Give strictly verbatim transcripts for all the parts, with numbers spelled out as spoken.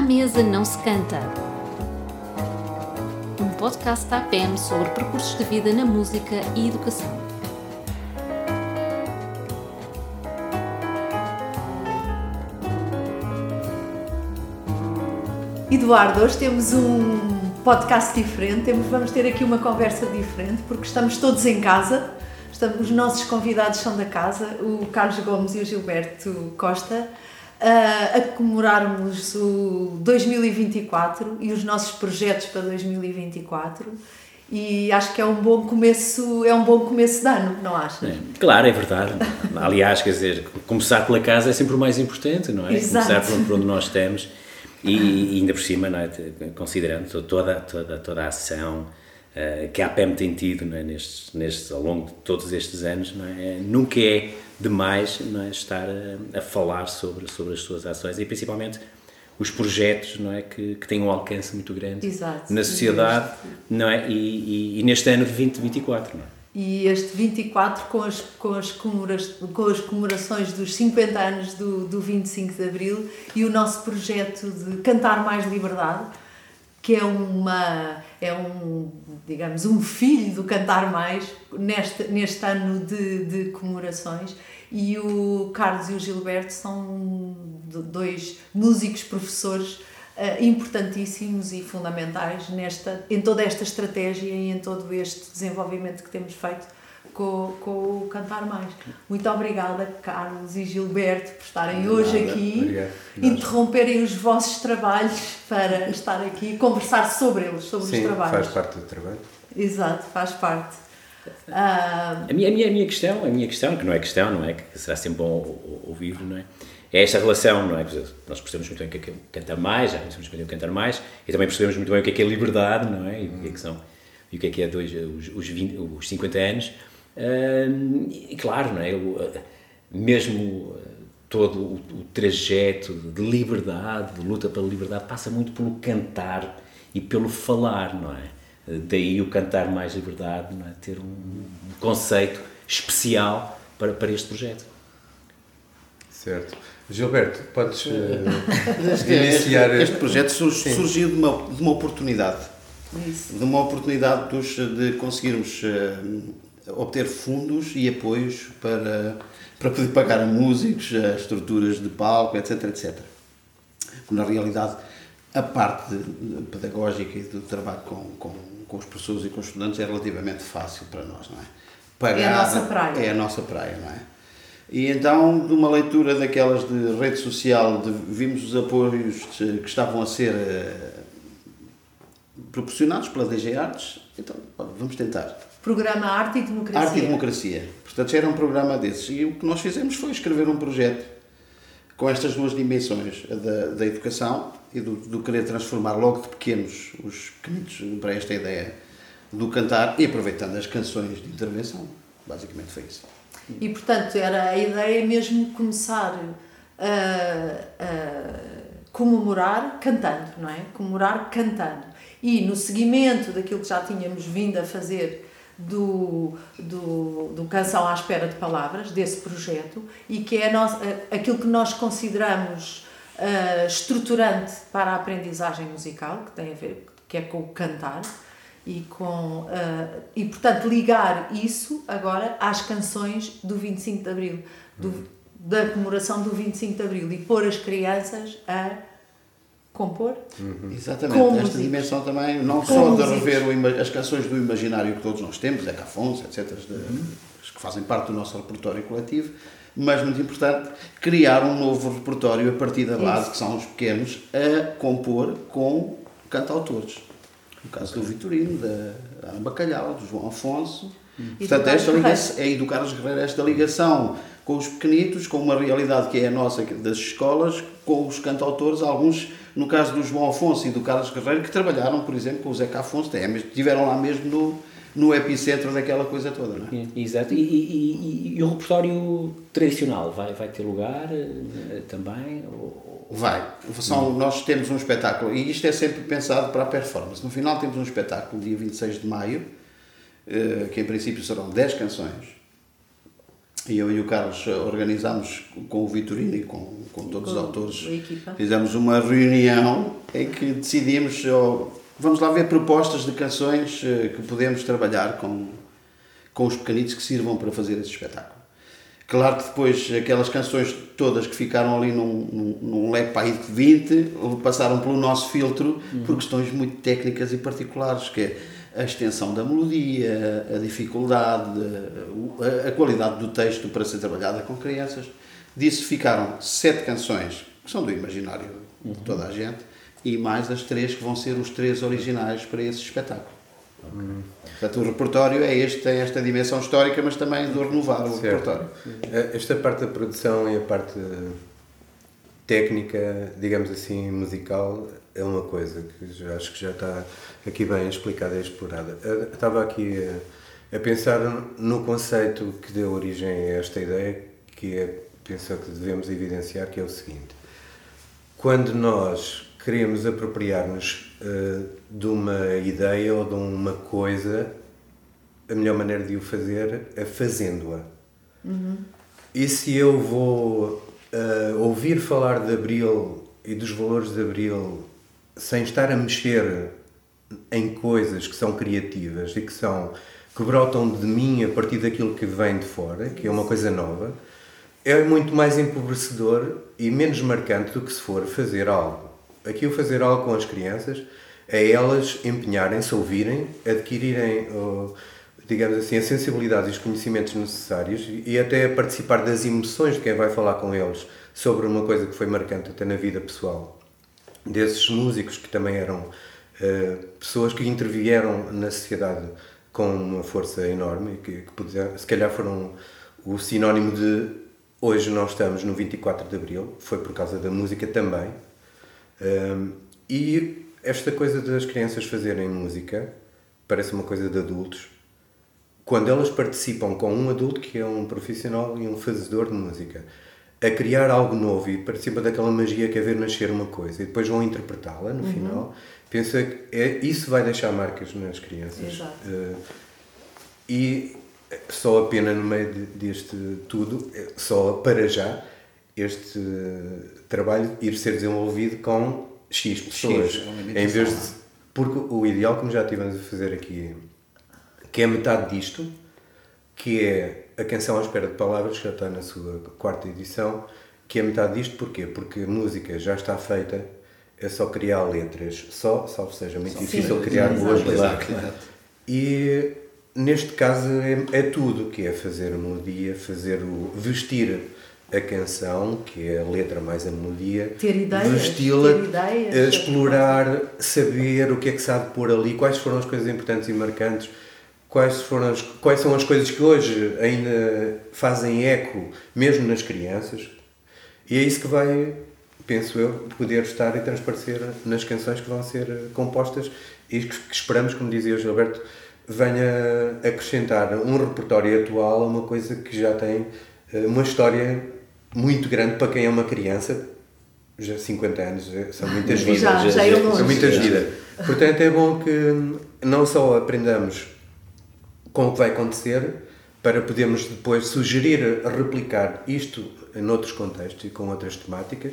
mesa não se canta. Um podcast da A P E M sobre percursos de vida na música e educação. Eduardo, hoje temos um podcast diferente, temos, vamos ter aqui uma conversa diferente, porque estamos todos em casa, estamos, os nossos convidados são da casa, o Carlos Gomes e o Gilberto Costa, a, a comemorarmos o dois mil e vinte e quatro e os nossos projetos para dois mil e vinte e quatro, e acho que é um bom começo, é um bom começo de ano, não achas? É, claro, é verdade. Aliás, quer dizer, começar pela casa é sempre o mais importante, não é? Exato. Começar por onde nós estamos. E, e ainda por cima, não é? Considerando toda, toda, toda a ação uh, que a A P E M tem tido, não é? nestes, nestes, ao longo de todos estes anos, não é? Nunca é demais, não é? Estar a, a falar sobre, sobre as suas ações e principalmente os projetos, não é? que, que têm um alcance muito grande. Exato. Na sociedade, não é? E, e, e neste ano de vinte vinte e quatro. Não é? E este vinte e quatro com as, com as, comemora, com as comemorações dos cinquenta anos do, do vinte e cinco de Abril e o nosso projeto de Cantar Mais Liberdade, que é, uma, é um, digamos, um filho do Cantar Mais neste, neste ano de, de comemorações. E o Carlos e o Gilberto são dois músicos, professores Uh, importantíssimos e fundamentais nesta, em toda esta estratégia e em todo este desenvolvimento que temos feito com, com o Cantar Mais. Muito obrigada, Carlos e Gilberto, por estarem Nada, hoje aqui, obrigado. interromperem os vossos trabalhos para estar aqui e conversar sobre eles, sobre Sim, os trabalhos. faz parte do trabalho. Exato, faz parte. Uh, A minha, a, minha, a minha questão, a minha questão, que não é questão, não é? Que será sempre bom ouvir, não é? É esta relação, não é? Nós percebemos muito bem o que é que é Cantar Mais, já conhecemos muito bem o Cantar Mais, e também percebemos muito bem o que é que é liberdade, não é? E o que é que são, e o que é que é dois, os, os, vinte, os cinquenta anos. Uh, e claro, não é? O, mesmo todo o, o trajeto de liberdade, de luta pela liberdade, passa muito pelo cantar e pelo falar, não é? Daí o Cantar Mais Liberdade, não é? Ter um, um conceito especial para, para este projeto. Certo. Gilberto, podes uh, este, iniciar... Este, este projeto surgiu, surgiu de, uma, de uma oportunidade. Isso. De uma oportunidade dos, de conseguirmos uh, obter fundos e apoios para, para poder pagar a músicos, a estruturas de palco, etc, etcétera. Na realidade, a parte pedagógica e do trabalho com, com, com os professores e com os estudantes é relativamente fácil para nós, não é? Pagar, é a nossa praia. É a nossa praia, não é? E então, de uma leitura daquelas de rede social, de, vimos os apoios que estavam a ser uh, proporcionados pela D G Artes, então vamos tentar. Programa Arte e Democracia. Arte e Democracia. Portanto, já era um programa desses. E o que nós fizemos foi escrever um projeto com estas duas dimensões, a da, da educação e do, do querer transformar logo de pequenos os pequenitos para esta ideia do cantar e aproveitando as canções de intervenção. Basicamente foi isso. E, portanto, era a ideia mesmo começar a, a comemorar cantando, não é? Comemorar cantando. E no seguimento daquilo que já tínhamos vindo a fazer do, do, do Canção à Espera de Palavras, desse projeto, e que é a nossa, aquilo que nós consideramos uh, estruturante para a aprendizagem musical, que tem a ver, que é com o cantar, e, com, uh, e portanto ligar isso agora às canções do vinte e cinco de Abril, do, da comemoração do vinte e cinco de Abril, e pôr as crianças a compor. Uhum. Exatamente, com esta músicos. dimensão também, não Com só de músicos. rever o, as canções do imaginário que todos nós temos, Zeca Afonso, etcétera, de, uhum. que fazem parte do nosso repertório coletivo, mas muito importante, criar um novo repertório a partir da base, Isso. que são os pequenos, a compor com cantautores. No caso okay. do Vitorino, da Ana Bacalhau, do João Afonso. Hum. Portanto, esta ligação, é do Carlos Guerreiro, esta ligação com os pequenitos, com uma realidade que é a nossa das escolas, com os cantautores, alguns, no caso do João Afonso e do Carlos Guerreiro, que trabalharam, por exemplo, com o Zeca Afonso, estiveram lá mesmo no, no epicentro daquela coisa toda, não é? Exato. E, e, e, e o repertório tradicional vai, vai ter lugar também? Ou... Vai. São, nós temos um espetáculo, e isto é sempre pensado para a performance. No final temos um espetáculo, dia vinte e seis de maio, que em princípio serão dez canções, e eu e o Carlos organizámos com o Vitorino e com, com todos Com os autores, a equipa. fizemos uma reunião em que decidimos, oh, vamos lá ver propostas de canções eh, que podemos trabalhar com, com os pequenitos que sirvam para fazer esse espetáculo. Claro que depois aquelas canções todas que ficaram ali num, num, num leque aí de vinte passaram pelo nosso filtro por questões muito técnicas e particulares, que é a extensão da melodia, a dificuldade, a, a qualidade do texto para ser trabalhada com crianças. Disso ficaram sete canções, que são do imaginário de toda a gente, e mais as três que vão ser os três originais para esse espetáculo. Hum. Portanto, o repertório é este, tem esta dimensão histórica, mas também de renovar o certo. repertório. Esta parte da produção e a parte técnica, digamos assim, musical, é uma coisa que já, acho que já está aqui bem explicada e explorada. Eu estava aqui a, a pensar no conceito que deu origem a esta ideia, que é, penso que devemos evidenciar, que é o seguinte: quando nós queremos apropriar-nos uh, de uma ideia ou de uma coisa, a melhor maneira de o fazer é fazendo-a. Uhum. E se eu vou uh, ouvir falar de Abril e dos valores de Abril sem estar a mexer em coisas que são criativas e que, são, que brotam de mim a partir daquilo que vem de fora, que é uma coisa nova, é muito mais empobrecedor e menos marcante do que se for fazer algo. Aqui o fazer algo com as crianças é elas empenharem-se, ouvirem, adquirirem, digamos assim, a sensibilidade e os conhecimentos necessários e até participar das emoções de quem vai falar com eles sobre uma coisa que foi marcante até na vida pessoal. Desses músicos que também eram uh, pessoas que intervieram na sociedade com uma força enorme e que, que puder, se calhar foram o sinónimo de hoje nós estamos no vinte e quatro de Abril, foi por causa da música também. Um, e esta coisa das crianças fazerem música parece uma coisa de adultos quando elas participam com um adulto que é um profissional e um fazedor de música a criar algo novo e participa daquela magia que é ver nascer uma coisa e depois vão interpretá-la no uhum. final. Pensa que é, isso vai deixar marcas nas crianças. Uh, e só a pena no meio de, deste tudo, só para já este trabalho ir ser desenvolvido com X pessoas, X, em vez de, porque o ideal, como já estivemos a fazer aqui, que é metade disto, que é a canção à espera de palavras, que já está na sua quarta edição, que é metade disto, porquê? Porque a música já está feita, é só criar letras, só, salvo seja muito difícil criar boas letras. E neste caso é, é tudo, que é fazer a melodia, fazer o vestir a canção, que é a letra mais a melodia, ter ideias, vesti-la, ter ideias, explorar, saber o que é que se há de pôr ali, quais foram as coisas importantes e marcantes, quais, foram as, quais são as coisas que hoje ainda fazem eco, mesmo nas crianças, e é isso que vai, penso eu, poder estar e transparecer nas canções que vão ser compostas e que, que esperamos, como dizia o Gilberto, venha acrescentar um repertório atual a uma coisa que já tem uma história muito grande para quem é uma criança. Já cinquenta anos são muitas vidas. Já, já é longe. São muitas vidas. Portanto, é bom que não só aprendamos com o que vai acontecer, para podermos depois sugerir replicar isto em outros contextos e com outras temáticas,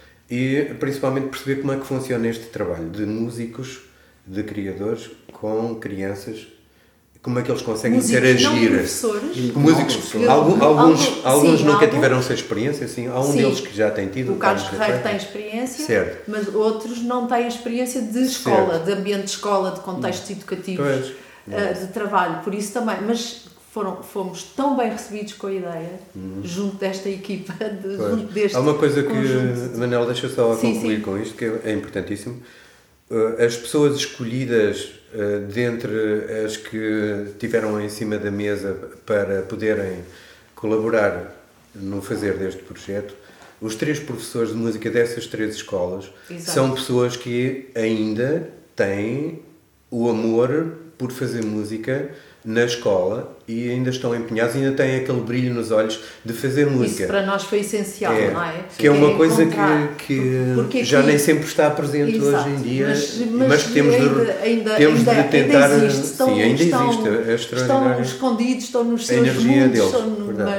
e principalmente perceber como é que funciona este trabalho de músicos, de criadores, com crianças, como é que eles conseguem músicos, interagir. Não professores. Músicos, não, alguns, alguns, sim, alguns nunca alguns, tiveram essa experiência, assim, há um sim, deles que já tem tido. O Carlos Ferreira tem experiência, certo. Mas outros não têm experiência de escola, certo. De ambiente de escola, de contextos hum. educativos, pois, de trabalho, por isso também, mas foram, fomos tão bem recebidos com a ideia, hum. junto desta equipa, de, junto deste há uma coisa que, conjunto. Manel, deixa só sim, concluir sim. com isto, que é importantíssimo. As pessoas escolhidas dentre as que tiveram em cima da mesa para poderem colaborar no fazer deste projeto, os três professores de música dessas três escolas, exato, são pessoas que ainda têm o amor por fazer música na escola e ainda estão empenhados e ainda têm aquele brilho nos olhos de fazer música. Isso para nós foi essencial, é, não é? Que é uma é coisa que, que já nem sempre está presente, exato, hoje em dia, mas, mas, mas que temos ainda, de, ainda, temos ainda, de tentar... Ainda existe, estão, sim, ainda estão, existe, é estão escondidos, estão nos seus energia mundos, deles, estão, mas,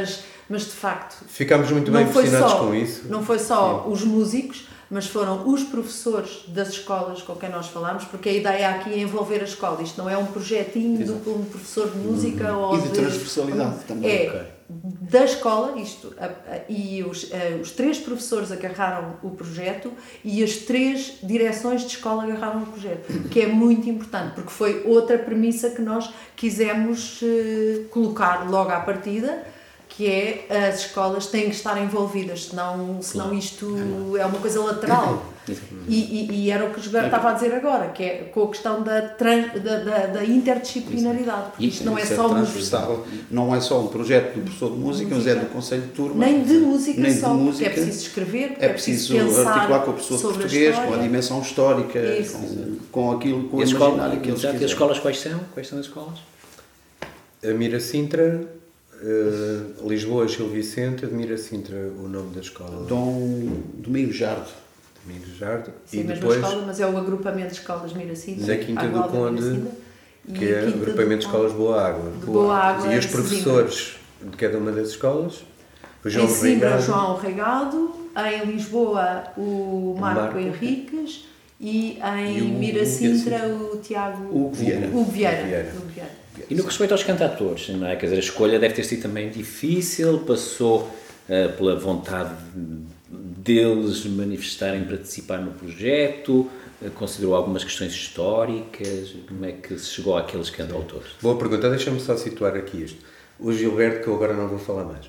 mas de facto... Ficámos muito bem impressionados com isso. Não foi só Sim. os músicos, mas foram os professores das escolas com quem nós falámos, porque a ideia aqui é envolver a escola. Isto não é um projetinho Exato. de um professor de música uhum. ou e de, de transversalidade um, também. É okay. da escola, isto, a, a, e os, a, os três professores agarraram o projeto e as três direções de escola agarraram o projeto, que é muito importante, porque foi outra premissa que nós quisemos uh, colocar logo à partida, que é as escolas têm que estar envolvidas, senão, senão isto é uma coisa lateral. E, e, e era o que o Gilberto estava a dizer agora, que é com a questão da, trans, da, da, da interdisciplinaridade, porque isto não é só música. Não é só um projeto do professor de música, música. mas é do Conselho de Turma. Nem de música nem só, de música. É preciso escrever, é preciso, é preciso articular com a pessoa de português, com a dimensão histórica, com, com aquilo, com o imaginário que eles quiserem. E as escolas quais são? Quais são as escolas? A Miracintra, uh, Lisboa, Gil Vicente, a Miracintra, o nome da escola. Dom Domingos Jardo. Domingos Jardo. Sim, e mesma depois, escola, mas é o agrupamento de escolas Miracintra. Da Quinta do Conde, que é o agrupamento de escolas Boa Água. De Boa Água. E os professores de cada uma das escolas. O João em Sintra, o João Regado. Em Lisboa, o Marco, Marco Henriques. E em e o, Miracintra, o, o Tiago Hugo Vieira. Hugo Vieira. Vieira. Vieira. E no que respeita aos cantautores, não é? Quer dizer, a escolha deve ter sido também difícil, passou uh, pela vontade deles manifestarem participar no projeto, uh, considerou algumas questões históricas, como é que se chegou àqueles cantautores? Boa pergunta, deixa-me só situar aqui isto. O Gilberto, que eu agora não vou falar mais.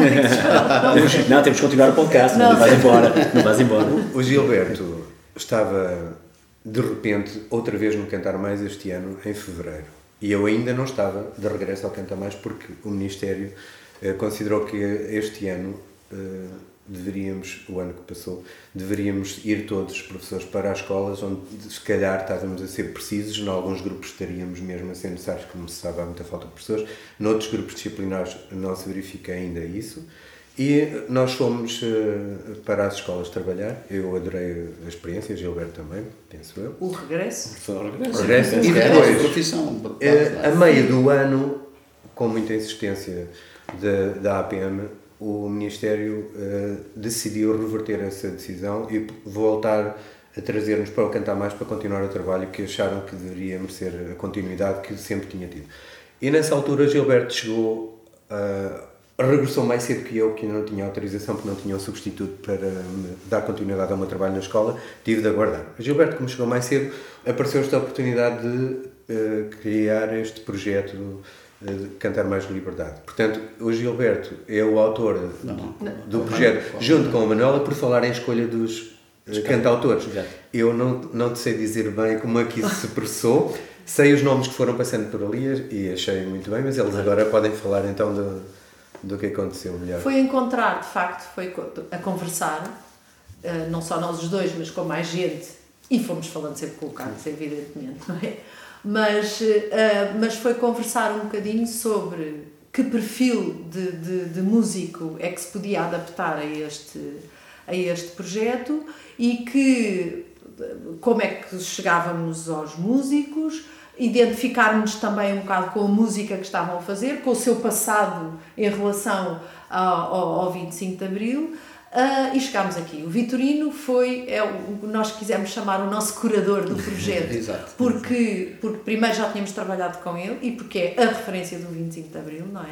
Não, temos que continuar o podcast, não, não vais embora, não vais embora. O Gilberto estava, de repente, outra vez no Cantar Mais este ano, em fevereiro. E eu ainda não estava de regresso ao Cantar Mais porque o Ministério eh, considerou que este ano eh, deveríamos, o ano que passou, deveríamos ir todos os professores para as escolas onde se calhar estávamos a ser precisos, em alguns grupos estaríamos mesmo a ser necessários, como se sabe há muita falta de professores, noutros grupos disciplinares não se verifica ainda isso. E nós fomos uh, para as escolas trabalhar. Eu adorei a experiência, Gilberto também, penso eu. O regresso. O regresso. O regresso. E depois, profissão. Uh, a meio do ano, com muita insistência da, da A P M, o Ministério uh, decidiu reverter essa decisão e voltar a trazer-nos para o Cantar Mais para continuar o trabalho que acharam que deveria merecer a continuidade que sempre tinha tido. E nessa altura, Gilberto chegou a... Uh, regressou mais cedo que eu, que ainda não tinha autorização, porque não tinha um substituto para me dar continuidade ao meu trabalho na escola, tive de aguardar. A Gilberto, como chegou mais cedo, apareceu esta oportunidade de uh, criar este projeto uh, de Cantar Mais de Liberdade. Portanto, o Gilberto é o autor não, não, do não, projeto, não, junto com a Manuela, por falar em escolha dos uh, cantautores. Exato. Eu não, não te sei dizer bem como é que isso se processou, sei os nomes que foram passando por ali e achei muito bem, mas eles agora podem falar então de... do que aconteceu melhor. Foi encontrar, de facto, foi a conversar, não só nós os dois, mas com mais gente, e fomos falando sempre com o Carlos, evidentemente, não é? Mas, mas foi conversar um bocadinho sobre que perfil de, de, de músico é que se podia adaptar a este, a este projeto e que, como é que chegávamos aos músicos, identificarmos também um bocado com a música que estavam a fazer, com o seu passado em relação ao, ao, ao vinte e cinco de Abril, uh, e chegámos aqui. O Vitorino foi, é o, nós quisemos chamar o nosso curador do projeto, Exato. Porque, porque primeiro já tínhamos trabalhado com ele, e porque é a referência do vinte e cinco de Abril, não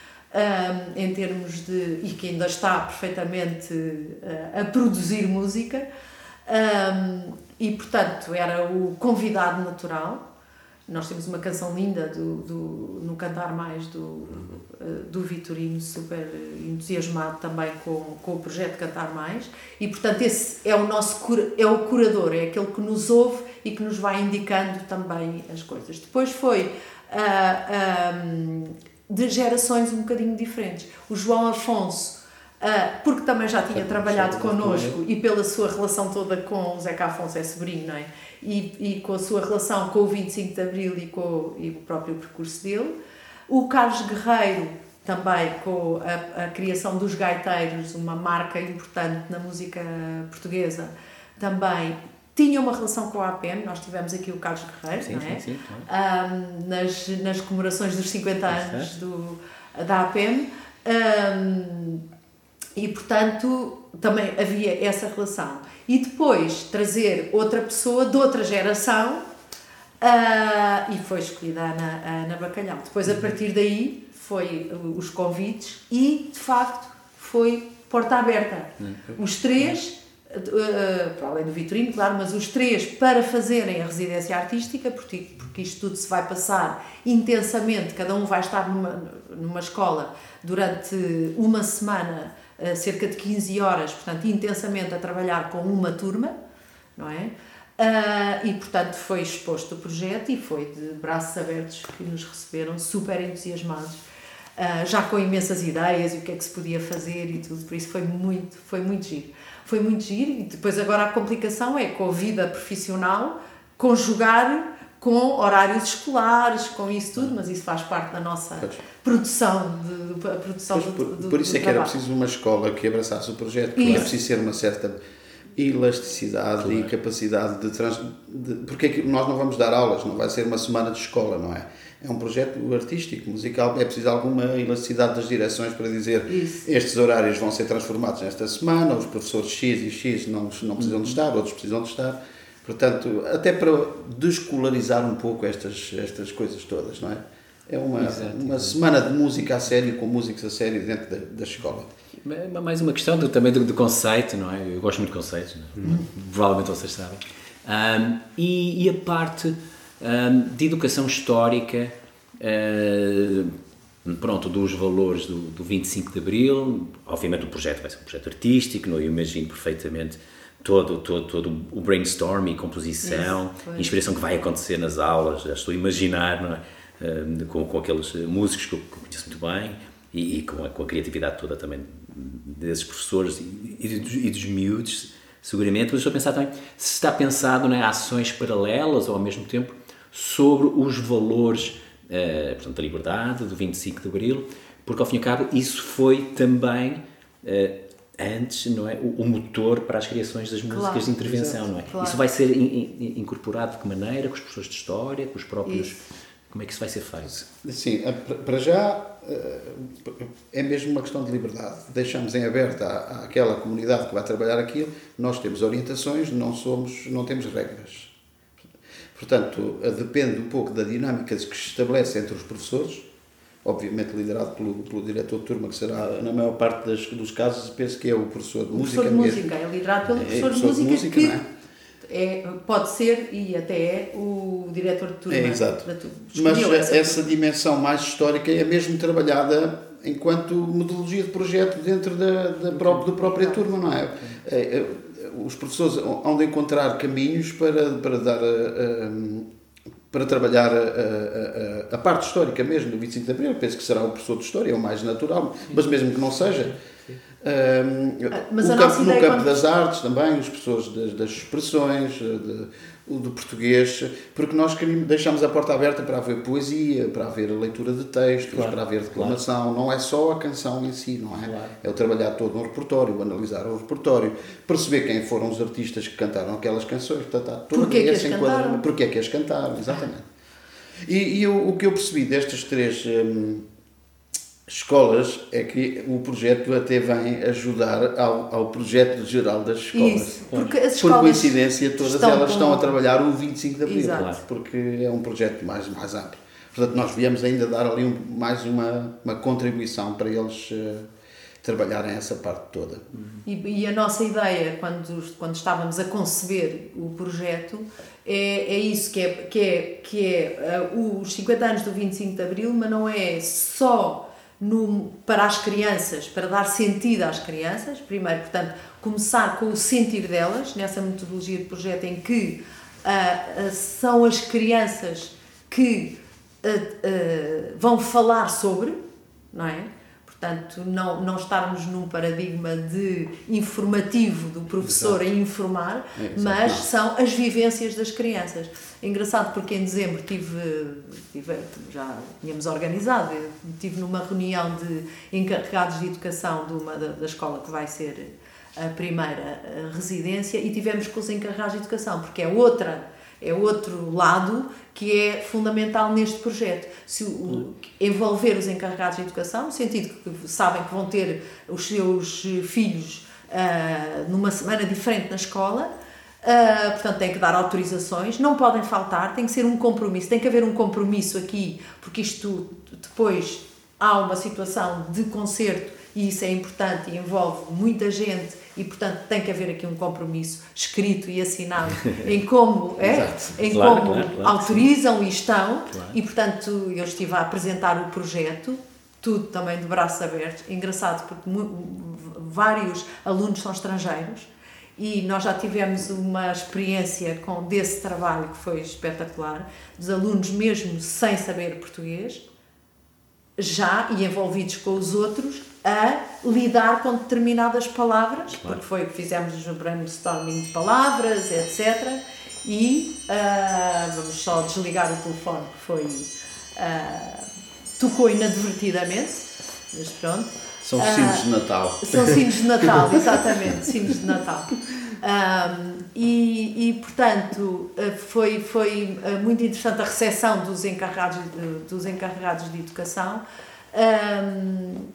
é? Um, em termos de... e que ainda está perfeitamente uh, a produzir música, um, e portanto era o convidado natural. Nós temos uma canção linda do, do, no Cantar Mais do, do Vitorino, super entusiasmado também com, com o projeto Cantar Mais, e portanto esse é o nosso é o curador, é aquele que nos ouve e que nos vai indicando também as coisas. Depois foi uh, um, de gerações um bocadinho diferentes. O João Afonso, uh, porque também já tinha trabalhado connosco e pela sua relação toda com o Zeca Afonso, é sobrinho, não é? E, e com a sua relação com o vinte e cinco de Abril e com e o próprio percurso dele. O Carlos Guerreiro, também com a, a criação dos gaiteiros, uma marca importante na música portuguesa, também tinha uma relação com a A P M. Nós tivemos aqui o Carlos Guerreiro, sim, não é? Sim, sim, claro. um, nas, nas comemorações dos cinquenta anos do, da A P M. Um, e, portanto, também havia essa relação. E depois trazer outra pessoa de outra geração, uh, e foi escolhida a Ana, a Ana Bacalhau. Depois, a partir daí, foi os convites e, de facto, foi porta aberta. Os três, uh, para além do Vitorino, claro, mas os três para fazerem a residência artística, porque, porque isto tudo se vai passar intensamente, cada um vai estar numa, numa escola durante uma semana, uh, cerca de quinze horas, portanto, intensamente a trabalhar com uma turma, não é? Uh, e, portanto, foi exposto o projeto e foi de braços abertos que nos receberam, super entusiasmados. Uh, já com imensas ideias e o que é que se podia fazer e tudo, por isso foi muito, foi muito giro. Foi muito giro e depois agora a complicação é com a vida profissional conjugar com horários escolares, com isso tudo, mas isso faz parte da nossa pois. produção, de, de, a produção pois, do, por, do, por isso do é que trabalho. Era preciso uma escola que abraçasse o projeto, que é preciso ser uma certa elasticidade claro. e capacidade de, trans, de... Porque é que nós não vamos dar aulas, não vai ser uma semana de escola, não é? É um projeto artístico, musical, é preciso alguma elasticidade das direções para dizer Isso. estes horários vão ser transformados nesta semana, os professores X e X não, não precisam de estar, outros precisam de estar. Portanto, até para descolarizar um pouco estas, estas coisas todas, não é? É uma, uma semana de música a sério, com músicos a sério dentro da, da escola. Mais uma questão do, também do, do conceito, não é? Eu gosto muito de conceitos, não é? Hum. Provavelmente vocês sabem. Um, e, e a parte... Um, de educação histórica, uh, pronto, dos valores do, do vinte e cinco de Abril. Obviamente o projeto vai ser um projeto artístico, não? Eu imagino perfeitamente todo, todo, todo o brainstorm e composição, Isso, inspiração que vai acontecer nas aulas, já estou a imaginar, não é? Uh, com, com aqueles músicos que eu, que eu conheço muito bem e, e com, a, com a criatividade toda também desses professores e, e, dos, e dos miúdos, seguramente. Mas estou a pensar também se está pensado em ações paralelas ou ao mesmo tempo sobre os valores, uh, portanto, da liberdade, do vinte e cinco de Abril, porque ao fim e ao cabo isso foi também uh, antes, não é, o, o motor para as criações das músicas claro, de intervenção, exato, não é? Claro. Isso vai ser in, in, incorporado de que maneira? Com os professores de história, com os próprios... Isso. Como é que isso vai ser feito? Sim, para já é mesmo uma questão de liberdade. Deixamos em aberto à, àquela comunidade que vai trabalhar aquilo, nós temos orientações, não somos, não temos regras. Portanto, depende um pouco da dinâmica que se estabelece entre os professores, obviamente liderado pelo, pelo diretor de turma, que será, na maior parte das, dos casos, penso que é o professor de o música professor mesmo. de música, é liderado pelo professor, é, professor de música, de música que é? É, pode ser e até é o diretor de turma. É, exato. Da turma. Mas essa, essa dimensão mais histórica é mesmo trabalhada enquanto metodologia de projeto dentro da, da, própria, da própria turma, não é? é, é os professores hão de encontrar caminhos para, para dar a, a, para trabalhar a, a, a, a parte histórica mesmo do vinte e cinco de Abril. Eu penso que será o professor de História, é o mais natural, sim. Mas mesmo que não seja, um, mas o campo, no campo quando... das artes também, os professores das, das expressões, de, o do português, porque nós queremos, deixamos a porta aberta para haver poesia, para haver leitura de textos, claro, para haver declamação, claro. Não é só a canção em si, não é? Claro. É o trabalhar todo no repertório, analisar o repertório, perceber quem foram os artistas que cantaram aquelas canções, portanto, todo porquê esse que enquadramento, porque é que as cantaram, exatamente. E, e o, o que eu percebi destas três hum, escolas é que o projeto até vem ajudar ao, ao projeto geral das escolas. Isso, porque as escolas por coincidência, todas estão elas com... estão a trabalhar o vinte e cinco de Abril, Exato. Claro, porque é um projeto mais, mais amplo. Portanto, nós viemos ainda dar ali um, mais uma, uma contribuição para eles uh, trabalharem essa parte toda. E, e a nossa ideia, quando, quando estávamos a conceber o projeto, é, é isso, que é, que é, que é uh, os cinquenta anos do vinte e cinco de Abril, mas não é só... No, para as crianças, para dar sentido às crianças, primeiro, portanto, começar com o sentir delas, nessa metodologia de projeto em que uh, uh, são as crianças que uh, uh, vão falar sobre, não é? Portanto, não, não estarmos num paradigma de informativo do professor Exato. A informar, é, mas são as vivências das crianças. É engraçado porque em dezembro tive, tive já tínhamos organizado, estive numa reunião de encarregados de educação de uma, da, da escola que vai ser a primeira residência e tivemos com os encarregados de educação, porque é outra, é outro lado que é fundamental neste projeto. Se o, envolver os encarregados de educação, no sentido que sabem que vão ter os seus filhos uh, numa semana diferente na escola, uh, portanto têm que dar autorizações, não podem faltar, tem que ser um compromisso, tem que haver um compromisso aqui, porque isto depois há uma situação de concerto e isso é importante e envolve muita gente e, portanto, tem que haver aqui um compromisso escrito e assinado em como, é, em claro, como claro, claro, autorizam sim. e estão claro. E, portanto, eu estive a apresentar o projeto, tudo também de braços abertos, engraçado porque vários alunos são estrangeiros e nós já tivemos uma experiência com desse trabalho que foi espetacular, dos alunos mesmo sem saber português, já e envolvidos com os outros, a lidar com determinadas palavras, claro. Porque foi o que fizemos no brainstorming de palavras, etcétera. E uh, vamos só desligar o telefone, que foi uh, tocou inadvertidamente, mas pronto. São uh, sinos de Natal. São sinos de Natal, exatamente, sinos de Natal. Um, e, e, portanto, foi, foi muito interessante a recepção dos encarregados de, dos encarregados de educação. Um,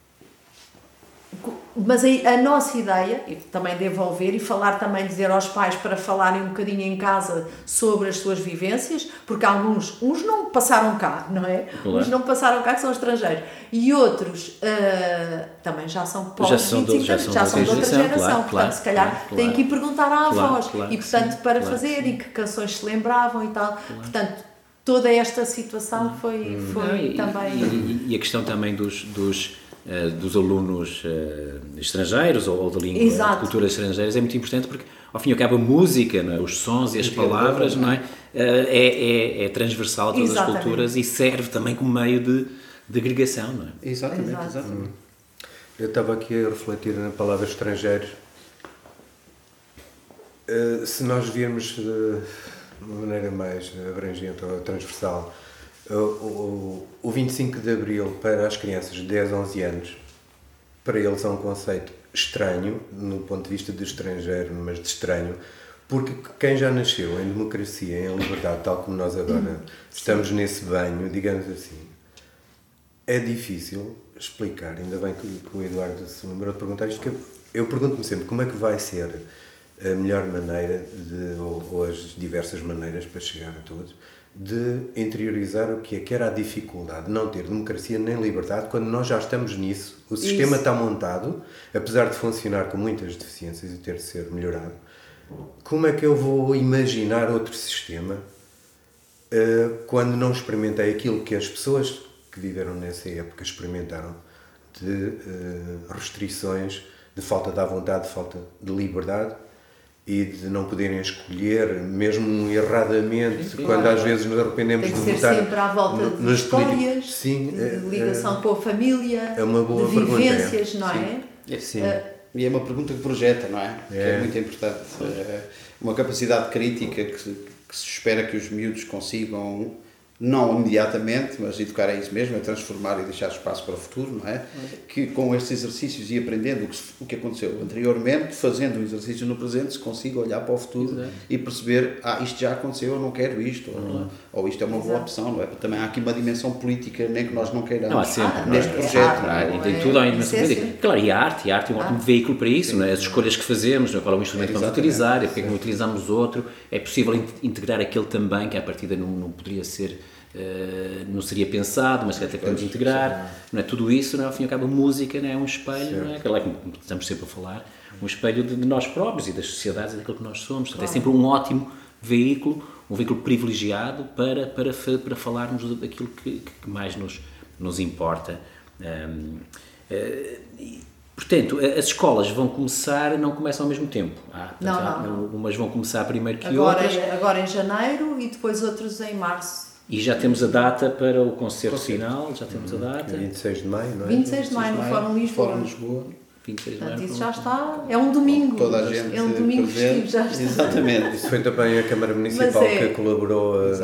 mas a, a nossa ideia, e também de envolver e falar também, dizer aos pais para falarem um bocadinho em casa sobre as suas vivências, porque alguns, uns não passaram cá, não é? Claro. Uns não passaram cá, que são estrangeiros, e outros uh, também já são pós já são vinte e cinco, do, já são já são de outra geração, claro, portanto, claro, se calhar claro, têm que ir perguntar à claro, avós, claro, e portanto, sim, para claro, fazer, sim. e que canções se lembravam e tal, claro. Portanto, toda esta situação foi, foi não, e, também... E, e a questão também dos... dos Uh, dos alunos uh, estrangeiros ou, ou de língua, Exato. de culturas estrangeiras é muito importante porque ao fim e ao cabo a música, não é? Os sons e as palavras, não é? Uh, é, é, é transversal a todas Exatamente. as culturas e serve também como meio de, de agregação, não é? Exatamente, Exato. exatamente. Eu estava aqui a refletir na palavra estrangeiros. Uh, se nós virmos uh, de uma maneira mais abrangente ou transversal, O, o, o vinte e cinco de Abril para as crianças de dez a onze anos, para eles é um conceito estranho, no ponto de vista de estrangeiro, mas de estranho, porque quem já nasceu em democracia, em liberdade, tal como nós agora hum, estamos nesse banho, digamos assim, é difícil explicar, ainda bem que, que o Eduardo se lembrou de perguntar isto, que eu, eu pergunto-me sempre como é que vai ser a melhor maneira, de, ou, ou as diversas maneiras para chegar a todos, de interiorizar o que é que era a dificuldade de não ter democracia nem liberdade quando nós já estamos nisso. O sistema Isso. está montado, apesar de funcionar com muitas deficiências e ter de ser melhorado. Como é que eu vou imaginar outro sistema uh, quando não experimentei aquilo que as pessoas que viveram nessa época experimentaram de uh, restrições, de falta de vontade, de falta de liberdade e de não poderem escolher, mesmo erradamente, sim, sim, quando claro. Às vezes nos arrependemos de votar. Tem que ser sempre à volta de histórias, sim, de ligação é, com a família, é uma boa de vivências, pergunta, não sim. é? Sim. Uh, e é uma pergunta que projeta, não é? é. Que é muito importante. É uma capacidade crítica que se, que se espera que os miúdos consigam, não imediatamente, mas educar é isso mesmo, é transformar e deixar espaço para o futuro, não é? Que com estes exercícios e aprendendo o que, o que aconteceu anteriormente, fazendo o exercício no presente, se consiga olhar para o futuro Exato. E perceber, ah, isto já aconteceu, eu não quero isto, uhum. ou, ou isto é uma boa Exato. Opção, não é? Também há aqui uma dimensão política, nem que nós não queiramos, não, há sempre, neste não é? projeto, não é? é? E tem tudo a dimensão política. Claro, e a arte, e a arte é um ótimo ah. veículo para isso, não é? As escolhas que fazemos, não é? Qual é o instrumento que vamos utilizar, é porque é que não utilizamos outro, é possível integrar aquele também, que à partida não, não poderia ser... Uh, não seria pensado, mas que até podemos integrar, não é? Tudo isso, não é? Ao fim e ao cabo, a música não é um espelho, não é? Aquela que estamos sempre a falar, um espelho de, de nós próprios e das sociedades e daquilo que nós somos. Portanto, é sempre um ótimo veículo, um veículo privilegiado para, para, para falarmos daquilo que, que mais nos, nos importa. Um, uh, e, portanto, as escolas vão começar, não começam ao mesmo tempo. Ah, não, portanto, não, não. Umas vão começar primeiro que agora, outras. Agora em janeiro e depois outros em março. E já temos a data para o concerto final, já temos a data. vinte e seis de maio, não é? vinte e seis de maio, no Fórum Lisboa. Fórum Lisboa. vinte e seis de Portanto, maio. isso já está, é um domingo. Toda a gente é um domingo festivo, já está. Exatamente. Isso foi também a Câmara Municipal é... que colaborou a,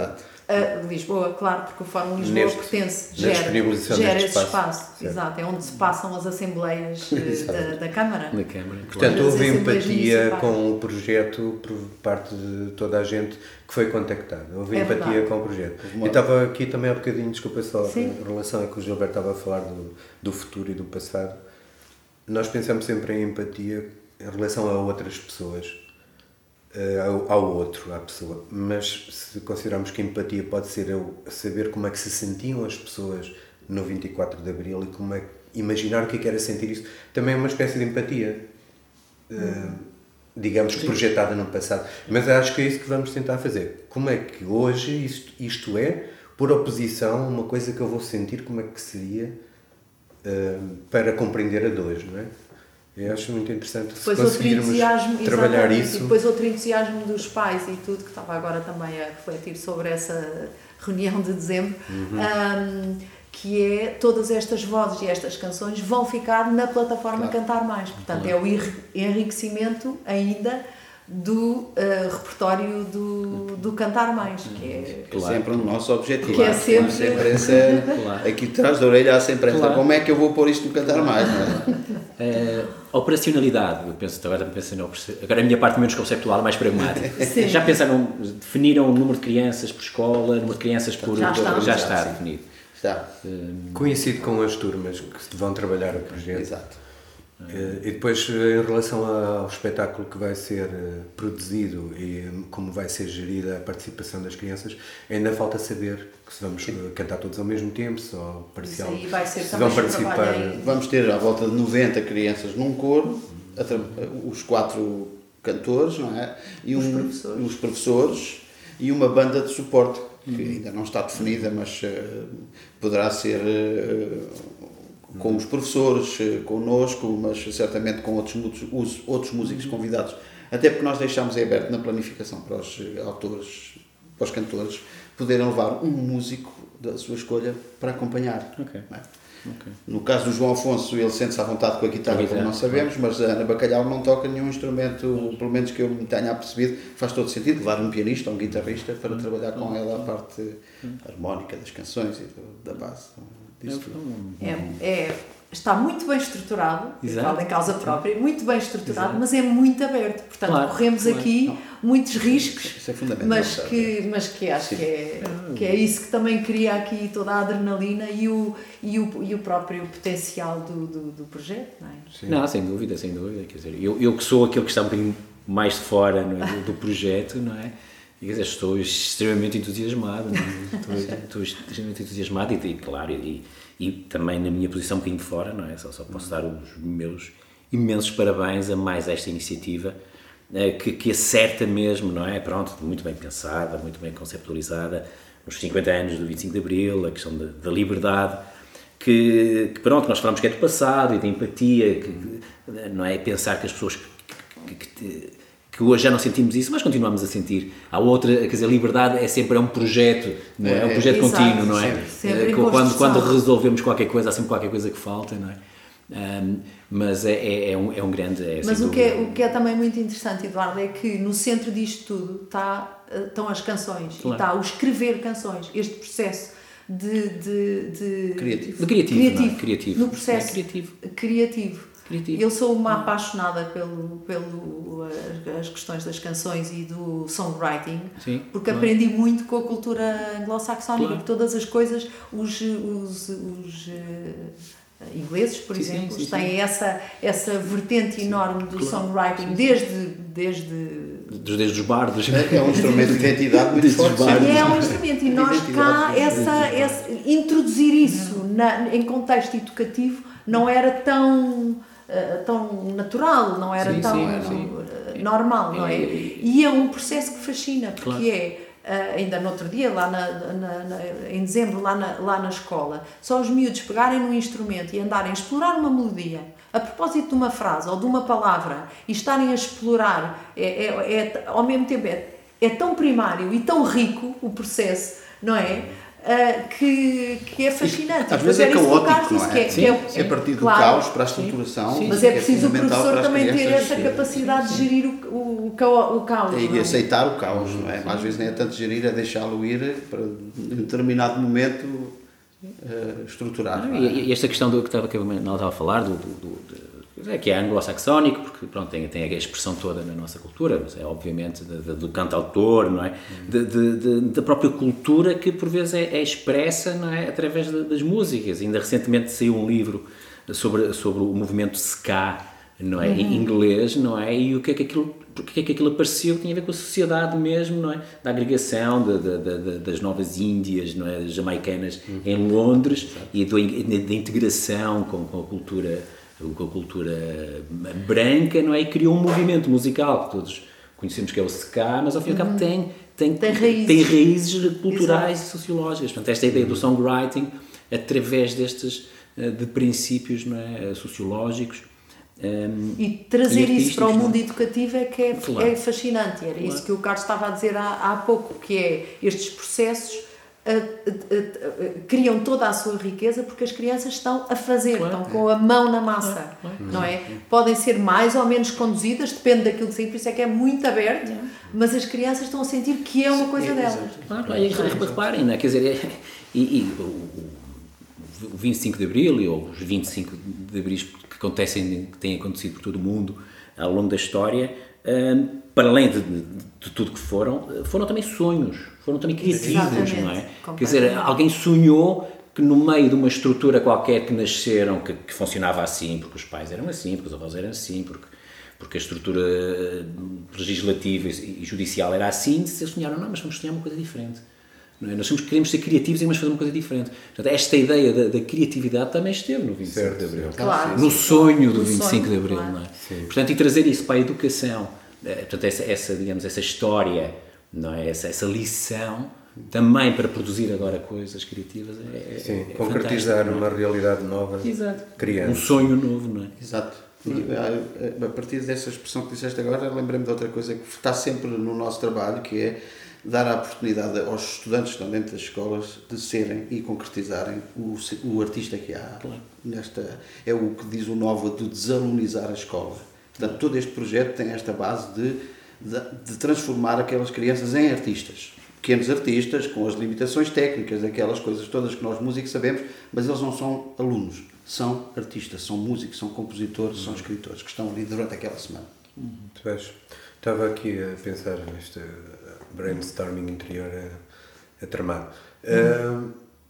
Uh, Lisboa, claro, porque o Fórum Lisboa Neste, pertence, na gera, disponibilização gera deste esse espaço, espaço. exato, é onde se passam as assembleias uh, da, da Câmara. Na Câmara. Portanto, As houve assembleias empatia municipais. com o projeto por parte de toda a gente que foi contactada. Houve É empatia verdade. com o projeto. uma- Eu estava aqui também há bocadinho, desculpa só, Sim. em relação a que o Gilberto estava a falar do, do futuro e do passado. Nós pensamos sempre em empatia em relação a outras pessoas, eh, ao, ao outro, à pessoa. Mas se considerarmos que empatia pode ser eu saber como é que se sentiam as pessoas no vinte e quatro de Abril e como é que imaginar o que é que era sentir isso, também é uma espécie de empatia. Uh, digamos que projetada no passado, mas acho que é isso que vamos tentar fazer. Como é que hoje isto, isto é, por oposição a uma coisa que eu vou sentir, como é que seria uh, para compreender a dois, não é? Eu acho muito interessante se Depois outro conseguirmos entusiasmo, trabalhar exatamente, isso. e depois outro entusiasmo dos pais e tudo, que estava agora também a refletir sobre essa reunião de dezembro, Uhum. um, que é todas estas vozes e estas canções vão ficar na plataforma Claro. Cantar Mais. Portanto, é o enri- enriquecimento ainda do uh, repertório do, do Cantar Mais, que é... Que é sempre o nosso objetivo. Que é sempre- sempre esse, Claro. aqui atrás da orelha há sempre esta, Claro. como é que eu vou pôr isto no Cantar Mais, não é? Uh, a operacionalidade, eu penso, agora, pensei na operaci- agora a minha parte menos conceptual, mais pragmática. Sim. Já pensaram, definiram o número de crianças por escola, o número de crianças por... Já está. já está Sim. definido. Está. Coincide com as turmas que vão trabalhar o projeto. Exato. Eh, E depois, eh, em relação ao espetáculo que vai ser eh, produzido e eh, como vai ser gerida a participação das crianças, ainda falta saber que se vamos eh, cantar todos ao mesmo tempo, só parcial. Isso aí vai ser se também vão um participar. trabalho em- Vamos ter à volta de noventa crianças num coro, a tra- os quatro cantores, não é? E Os um- professores. os professores e uma banda de suporte, que ainda não está definida, mas eh, poderá ser eh, com os professores, eh, connosco, mas certamente com outros, mu- os- outros músicos convidados. Até porque nós deixamos em aberto na planificação para os eh, autores, para os cantores, poderem levar um músico da sua escolha para acompanhar. Ok. não é? Ok. No caso do João Afonso, ele sente-se à vontade com a guitarra, Com a como guitarra, nós sabemos, mas a Ana Bacalhau não toca nenhum instrumento, pelo menos que eu me tenha apercebido. Faz todo sentido levar um pianista ou um guitarrista para trabalhar com ela a parte harmónica das canções e do- da base. Disso tudo. É, é- está muito bem estruturado, Exato. falo em causa própria, muito bem estruturado, mas é muito aberto. Portanto, Claro, corremos claro. aqui muitos riscos, Isso é fundamental. mas que, mas que acho que é, que é isso que também cria aqui toda a adrenalina e o, e o, e o próprio potencial do, do, do projeto. Não é? Sim. Não, sem dúvida, sem dúvida. Quer dizer, eu, eu que sou aquele que está um bocadinho mais de fora, não é, do, do projeto, não é? E, quer dizer, estou extremamente entusiasmado, não é? estou, estou extremamente entusiasmado e, e claro, e, e também na minha posição um bocadinho de fora, não é? Só, só posso dar os meus imensos parabéns a mais esta iniciativa, eh, que, que acerta mesmo, não é? Pronto, muito bem pensada, muito bem conceptualizada, nos cinquenta anos do vinte e cinco de Abril, a questão da, da liberdade, que, que pronto, nós falamos que é do passado e da empatia, que, não é? Pensar que as pessoas que, que, que, que hoje já não sentimos isso, mas continuamos a sentir. Há outra, quer dizer, a liberdade é sempre é um projeto, não é? É um projeto Exato, contínuo, não é? sempre, sempre Eh, em quando, construção. quando resolvemos qualquer coisa, há sempre qualquer coisa que falta, não é? Um, mas é, é, é, um, é um grande... É, Mas sem o que, é, dúvida. o que é também muito interessante, Eduardo, é que no centro disto tudo está, eh, estão as canções Claro. e está o escrever canções, este processo de... de, de Criativo. De criativo, criativo, não é? Criativo. no processo É criativo. criativo. Criativo. Eu sou uma apaixonada pelo, pelo as, as questões das canções e do songwriting, Sim, porque claro. aprendi muito com a cultura anglo-saxónica, Claro. porque todas as coisas, os, os, os eh, ingleses, por Sim, sim, exemplo, sim, sim. têm essa, essa vertente enorme do Claro. songwriting, desde, desde Dos desde os bardos. É um instrumento de identidade muito Desses forte. bares. e sempre. é um instrumento, e nós cá, Identidade. essa, essa, introduzir isso na, em contexto educativo não era tão, eh, tão natural, não era Sim, tão sim, sim. eh, normal, não é? E- E é um processo que fascina, porque Claro. é, eh, ainda no outro dia, lá na, na- na- em dezembro, lá na, lá na escola, só os miúdos pegarem num instrumento e andarem a explorar uma melodia, a propósito de uma frase ou de uma palavra, e estarem a explorar, é, é, é- ao mesmo tempo é, é tão primário e tão rico o processo, não é? uh, que, que é fascinante. Às vezes é caótico, não é? Que é, Sim, que é, sim. É partir do claro, caos para a estruturação. sim, mas é preciso o professor também ter crianças, essa capacidade sim, sim. de gerir o, o, o caos. E de aceitar o caos, não é? Às vezes nem é tanto gerir, é deixá-lo ir para, em determinado momento, uh, estruturar. Não, e, e esta questão do que estava, que eu estava a falar, do, do, do de, que é anglo-saxónico, porque pronto, tem, tem a expressão toda na nossa cultura, mas é obviamente de, de, do cantautor, não é? De, de, de, da própria cultura que por vezes é, é expressa, não é? Através de, das músicas. Ainda recentemente saiu um livro sobre, sobre o movimento ska, não é? Uhum. Em inglês, não é? E o que é que aquilo, porque é que aquilo apareceu, tinha a ver com a sociedade mesmo, não é? Da agregação de, de, de, das novas Índias, não é? Jamaicanas uhum. em Londres e do, da integração com, com a cultura com a cultura branca, não é? E criou um movimento musical que todos conhecemos que é o ska, mas ao fim e ao cabo tem, tem, tem, raízes. tem raízes culturais Exato. E sociológicas. Portanto, esta ideia do songwriting, através destes de princípios, não é? Sociológicos, Um, e trazer e isso para o mundo educativo é que é, claro. é fascinante. Era claro. Isso que o Carlos estava a dizer há, há pouco, que é estes processos a, a, a, a, criam toda a sua riqueza porque as crianças estão a fazer, claro. Estão com a mão na massa, claro. Não é? Podem ser mais ou menos conduzidas, depende daquilo que sai, por isso é que é muito aberto, é. Mas as crianças estão a sentir que é uma coisa é, delas. Claro, e reparem, não é? Quer dizer, é, e, e o, o vinte e cinco de Abril ou os vinte e cinco de Abril que acontecem, que têm acontecido por todo o mundo ao longo da história, um, para além de, de, de tudo que foram, foram também sonhos, foram também criativos, não é? Quer dizer, alguém sonhou que no meio de uma estrutura qualquer que nasceram, que, que funcionava assim, porque os pais eram assim, porque os avós eram assim, porque, porque a estrutura legislativa e judicial era assim, eles sonharam, não, mas vamos sonhar uma coisa diferente. Não é? Nós somos, queremos ser criativos e vamos fazer uma coisa diferente. Portanto, esta ideia da, da criatividade também esteve no vinte e cinco de Abril. Claro, no sonho do no vinte e cinco sonho, de Abril. Claro. Não é? Portanto, e trazer isso para a educação, portanto, essa, essa, digamos, essa história, não é? essa, essa lição, também para produzir agora coisas criativas. É, Sim, é concretizar uma realidade nova. Exato. Criança. Um sonho novo, não é? Exato. E, a partir dessa expressão que disseste agora, lembrei-me de outra coisa que está sempre no nosso trabalho, que é dar a oportunidade aos estudantes que estão dentro das escolas de serem e concretizarem o, o artista que há. Claro. Nesta, é o que diz o Nova de desalunizar a escola. Portanto, todo este projeto tem esta base de, de, de transformar aquelas crianças em artistas. Pequenos artistas, com as limitações técnicas, aquelas coisas todas que nós músicos sabemos, mas eles não são alunos, são artistas, são músicos, são compositores, são escritores, que estão ali durante aquela semana. Uhum. Estava aqui a pensar neste brainstorming interior a, a tramado. Uhum. Uh,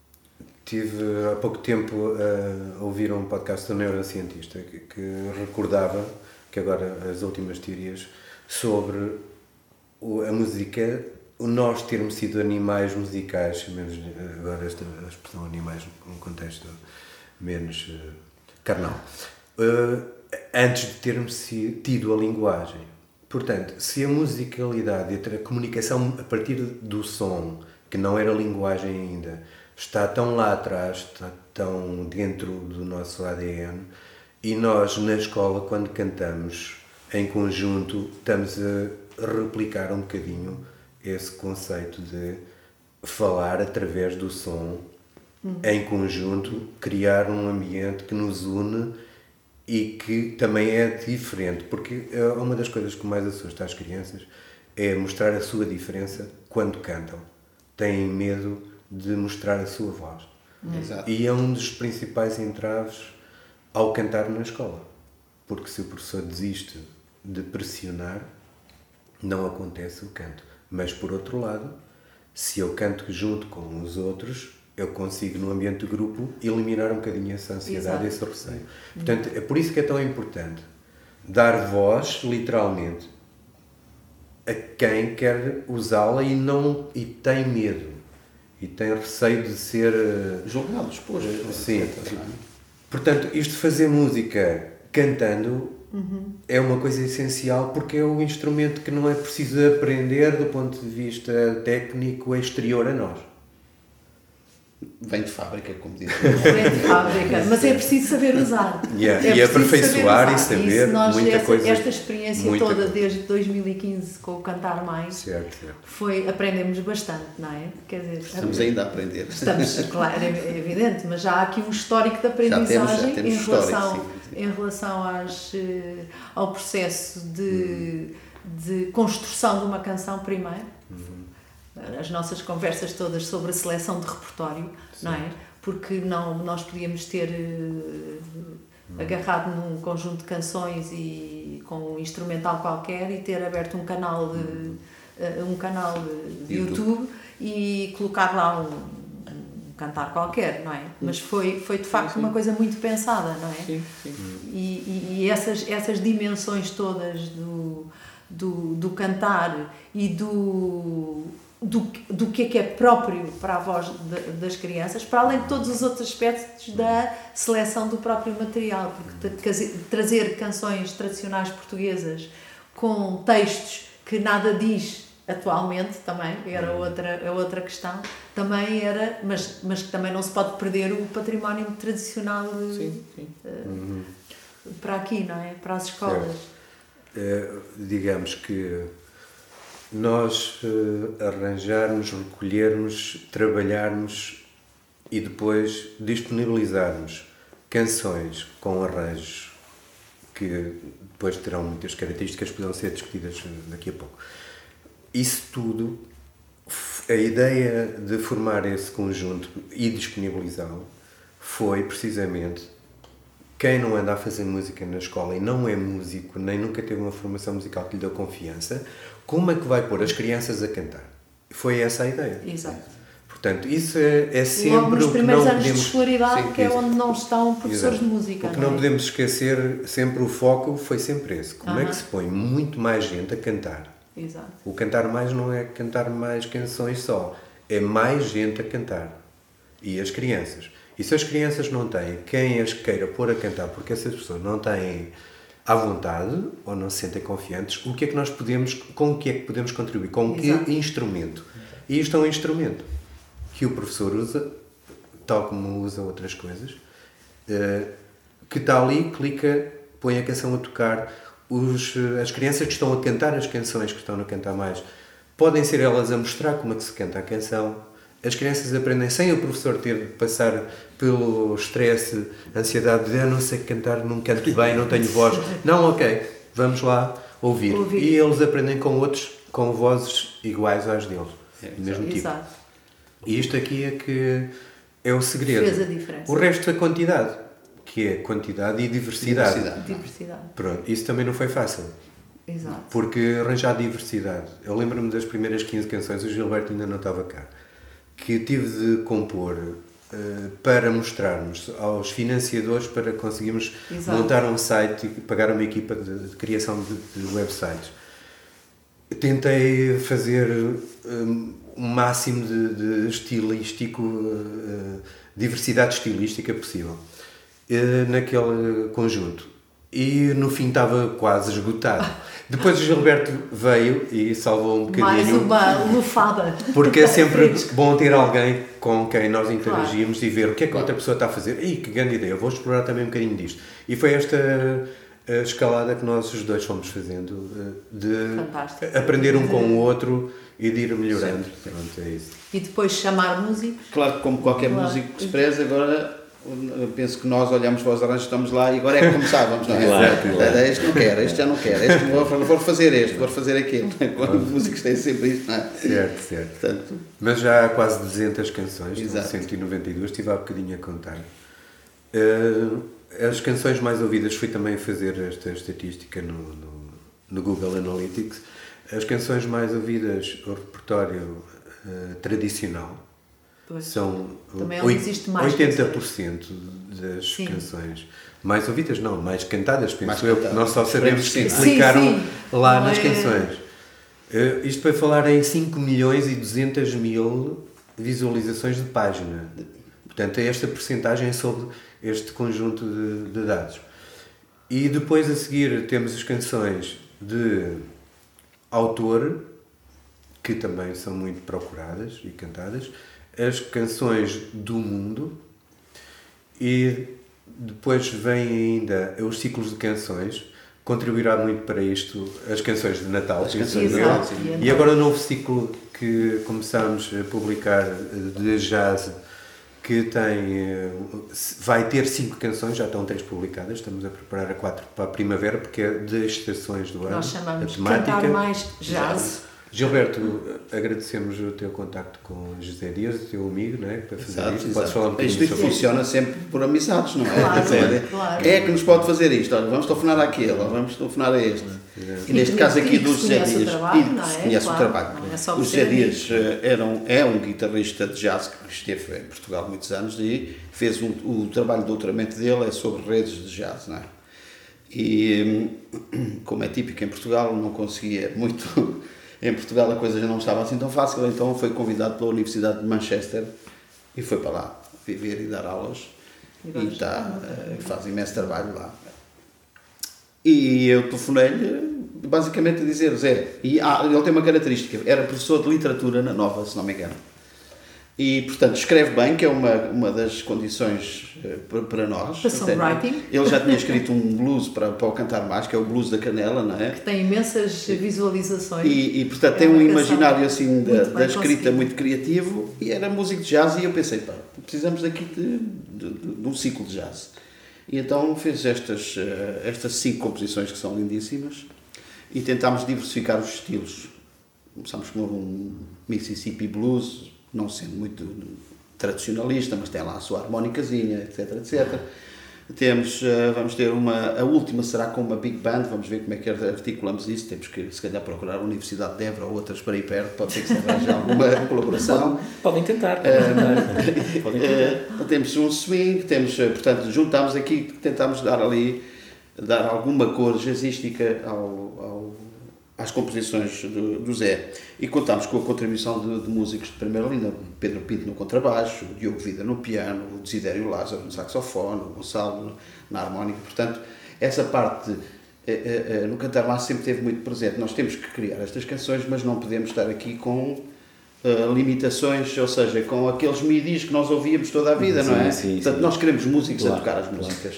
tive há pouco tempo a ouvir um podcast do neurocientista que, que recordava que agora as últimas teorias sobre o, a música, o nós termos sido animais musicais, menos agora esta expressão animais num contexto menos uh, carnal, uh, antes de termos tido a linguagem. Portanto, se a musicalidade e a comunicação a partir do som, que não era linguagem ainda, está tão lá atrás, está tão dentro do nosso A D N, e nós na escola, quando cantamos em conjunto, estamos a replicar um bocadinho esse conceito de falar através do som, uhum. em conjunto, criar um ambiente que nos une e que também é diferente, porque uma das coisas que mais assusta as crianças é mostrar a sua diferença quando cantam. Têm medo de mostrar a sua voz. Exato. E é um dos principais entraves ao cantar na escola, porque se o professor desiste de pressionar, não acontece o canto. Mas, por outro lado, se eu canto junto com os outros, eu consigo, no ambiente de grupo, eliminar um bocadinho essa ansiedade, Exato. Esse receio. Portanto, é por isso que é tão importante dar voz, literalmente, a quem quer usá-la e, não, e tem medo, e tem receio de ser... julgado, exposto. Sim. etcétera. Portanto, isto de fazer música cantando uhum. é uma coisa essencial, porque é um instrumento que não é preciso aprender do ponto de vista técnico exterior a nós. Vem de fábrica, como diz. Vem de fábrica, mas é preciso saber usar. Yeah, é e aperfeiçoar e saber e nós, muita essa, coisa. Esta experiência muita toda coisa. desde dois mil e quinze com o Cantar Mais, Certo, certo. foi, aprendemos bastante, não é? Quer dizer, Estamos ainda a aprender. Estamos, claro, é evidente, mas já há aqui um histórico de aprendizagem Já temos, já temos em, relação, histórico, sim, sim. em relação às, eh, ao processo de, de construção de uma canção primeiro. As nossas conversas todas sobre a seleção de repertório, não é? Porque não, nós podíamos ter uh, agarrado num conjunto de canções e com um instrumental qualquer e ter aberto um canal de, uh, um canal de YouTube, YouTube e colocar lá um, um cantar qualquer, não é? Mas foi, foi de facto sim, sim. uma coisa muito pensada, não é? Sim, sim. E, e, e essas, essas dimensões todas do, do, do cantar e do... Do, do que é que é próprio para a voz de, das crianças, para além de todos os outros aspectos da seleção do próprio material, porque trazer canções tradicionais portuguesas com textos que nada diz atualmente também era outra, outra questão, também era, mas, mas que também não se pode perder o património tradicional sim, sim. Uh, para aqui, não é? Para as escolas. É, digamos que nós uh, arranjarmos, recolhermos, trabalharmos e depois disponibilizarmos canções com arranjos que depois terão muitas características que poderão ser discutidas daqui a pouco. Isso tudo, a ideia de formar esse conjunto e disponibilizá-lo foi precisamente quem não anda a fazer música na escola e não é músico, nem nunca teve uma formação musical que lhe deu confiança, como é que vai pôr as crianças a cantar? Foi essa a ideia. Exato. Portanto, isso é, é sempre Logo nos o que primeiros não anos podemos... de escolaridade, Sim, que é isso. onde não estão professores Exato. de música. O que não, não é? podemos esquecer, sempre o foco foi sempre esse. Como uh-huh. é que se põe muito mais gente a cantar? Exato. O cantar mais não é cantar mais canções só, é mais gente a cantar. E as crianças. E se as crianças não têm quem as queira pôr a cantar, porque essas pessoas não têm à vontade ou não se sentem confiantes, o que é que nós podemos, com o que é que podemos contribuir? Com Exato. Que instrumento? E isto é um instrumento que o professor usa, tal como usa outras coisas, que está ali, clica, põe a canção a tocar. Os, as crianças que estão a cantar as canções que estão a cantar mais, podem ser elas a mostrar como é que se canta a canção. As crianças aprendem sem o professor ter de passar pelo estresse, ansiedade de eu não sei cantar, não canto bem, não tenho voz. Não, ok, vamos lá ouvir. ouvir. E eles aprendem com outros com vozes iguais às deles, é, do mesmo tipo. Exato. E isto aqui é que é o segredo. Fez a diferença. O resto é quantidade, que é quantidade e diversidade. Diversidade. diversidade. Pronto, isso também não foi fácil. Exato. Porque arranjar diversidade. Eu lembro-me das primeiras quinze canções, o Gilberto ainda não estava cá, que tive de compor uh, para mostrarmos aos financiadores para conseguirmos Exato. Montar um site e pagar uma equipa de, de criação de, de websites. Tentei fazer um, um máximo de, de estilístico, uh, diversidade estilística possível uh, naquele conjunto. E no fim estava quase esgotado. Depois o Gilberto veio e salvou um bocadinho. Mais uma lufada. Porque é sempre bom ter alguém com quem nós interagimos claro. E ver o que é que a outra pessoa está a fazer. Ih, que grande ideia, eu vou explorar também um bocadinho disto. E foi esta a escalada que nós os dois fomos fazendo, de Fantástico. Aprender um com o outro e de ir melhorando. Pronto, é isso. E depois chamar músico. Claro que como qualquer claro. Músico que se preza, agora... Eu penso que nós olhamos para os arranjos, estamos lá e agora é que começávamos, não é? Claro, claro. Este não quer, este já não quer, este vou, vou fazer este, vou fazer aquele. Quando os músicos têm sempre isto, não é? Certo, certo. Portanto, mas já há quase duzentas canções, cento e noventa e duas, estive há bocadinho a contar. Uh, as canções mais ouvidas, fui também fazer esta estatística no, no, no Google Analytics. As canções mais ouvidas, o repertório uh, tradicional, Pois. São também oito, existe mais oitenta por cento das sim. canções mais ouvidas, não, mais cantadas, penso mais eu, porque nós só sabemos que clicaram sim, sim. lá não nas é... canções. Uh, isto para falar em cinco milhões e duzentas mil visualizações de página. Portanto, é esta percentagem sobre este conjunto de, de dados. E depois, a seguir, temos as canções de autor, que também são muito procuradas e cantadas. as canções do mundo e depois vem ainda os ciclos de canções. Contribuirá muito para isto as canções de Natal. As canções de Natal, sim. E agora o novo ciclo que começamos a publicar de jazz, que tem, vai ter cinco canções, já estão três publicadas, estamos a preparar a quatro para a primavera, porque é das estações do ano. Nós chamamos a temática. Cantar Mais Jazz. Gilberto, agradecemos o teu contacto com José Dias, o teu amigo, não é? Para fazer Exato, isto. exato. Podes falar um bocadinho Isto sobre funciona sempre por amizades, não é? Claro, Dizer, claro. Quem é que nos pode fazer isto? Olha, vamos telefonar àquele, ou vamos telefonar a este. E neste E caso que- aqui e que do se José conhece o Dias, trabalho, e que não é? se conhece Claro, o trabalho. não é só O por José ser Dias eh, era um, é um guitarrista de jazz que esteve em Portugal há muitos anos e fez um, o trabalho de doutoramento dele é sobre redes de jazz, não é? E hum, como é típico em Portugal, não conseguia muito. Em Portugal a coisa já não estava assim tão fácil, então foi convidado pela Universidade de Manchester e foi para lá viver e dar aulas. E E, agora está, está, eh, faz imenso trabalho lá. E eu telefonei-lhe basicamente a dizer, Zé, e ah, ele tem uma característica, era professor de literatura na Nova, se não me engano. E, portanto, escreve bem, que é uma, uma das condições eh, para, para nós. Para songwriting. Ele já tinha escrito um blues para, para o Cantar Mais, que é o Blues da Canela, não é? Que tem imensas visualizações. E, e portanto, É tem uma um canção imaginário assim da, muito bem da escrita conseguida. muito criativo e era músico de jazz e eu pensei, pá, precisamos daqui de, de, de, de um ciclo de jazz. E então fez estas, eh, estas cinco composições que são lindíssimas e tentámos diversificar os estilos. Começámos com um Mississippi Blues, não sendo muito tradicionalista, mas tem lá a sua harmonicazinha, etc, etcétera. Temos, uh, vamos ter uma, a última será com uma big band, vamos ver como é que articulamos isso, temos que se calhar procurar a Universidade de Évora ou outras para ir perto, pode ser que se arranje alguma colaboração. Podem tentar. Podem tentar. Podem tentar. Uh, temos um swing, temos, uh, portanto, juntámos aqui, tentámos dar ali, dar alguma cor jazzística ao, ao, às composições do, do Zé. E contámos com a contribuição de, de músicos de primeira linha, Pedro Pinto no contrabaixo, o Diogo Vida no piano, o Desidério Lázaro no saxofone, o Gonçalo na harmónica. Portanto, essa parte eh, eh, no Cantar Mais sempre esteve muito presente. Nós temos que criar estas canções, mas não podemos estar aqui com uh, limitações, ou seja, com aqueles midis que nós ouvíamos toda a vida, Sim, não é? sim, Portanto, sim. nós queremos músicos Claro, a tocar as claro. músicas.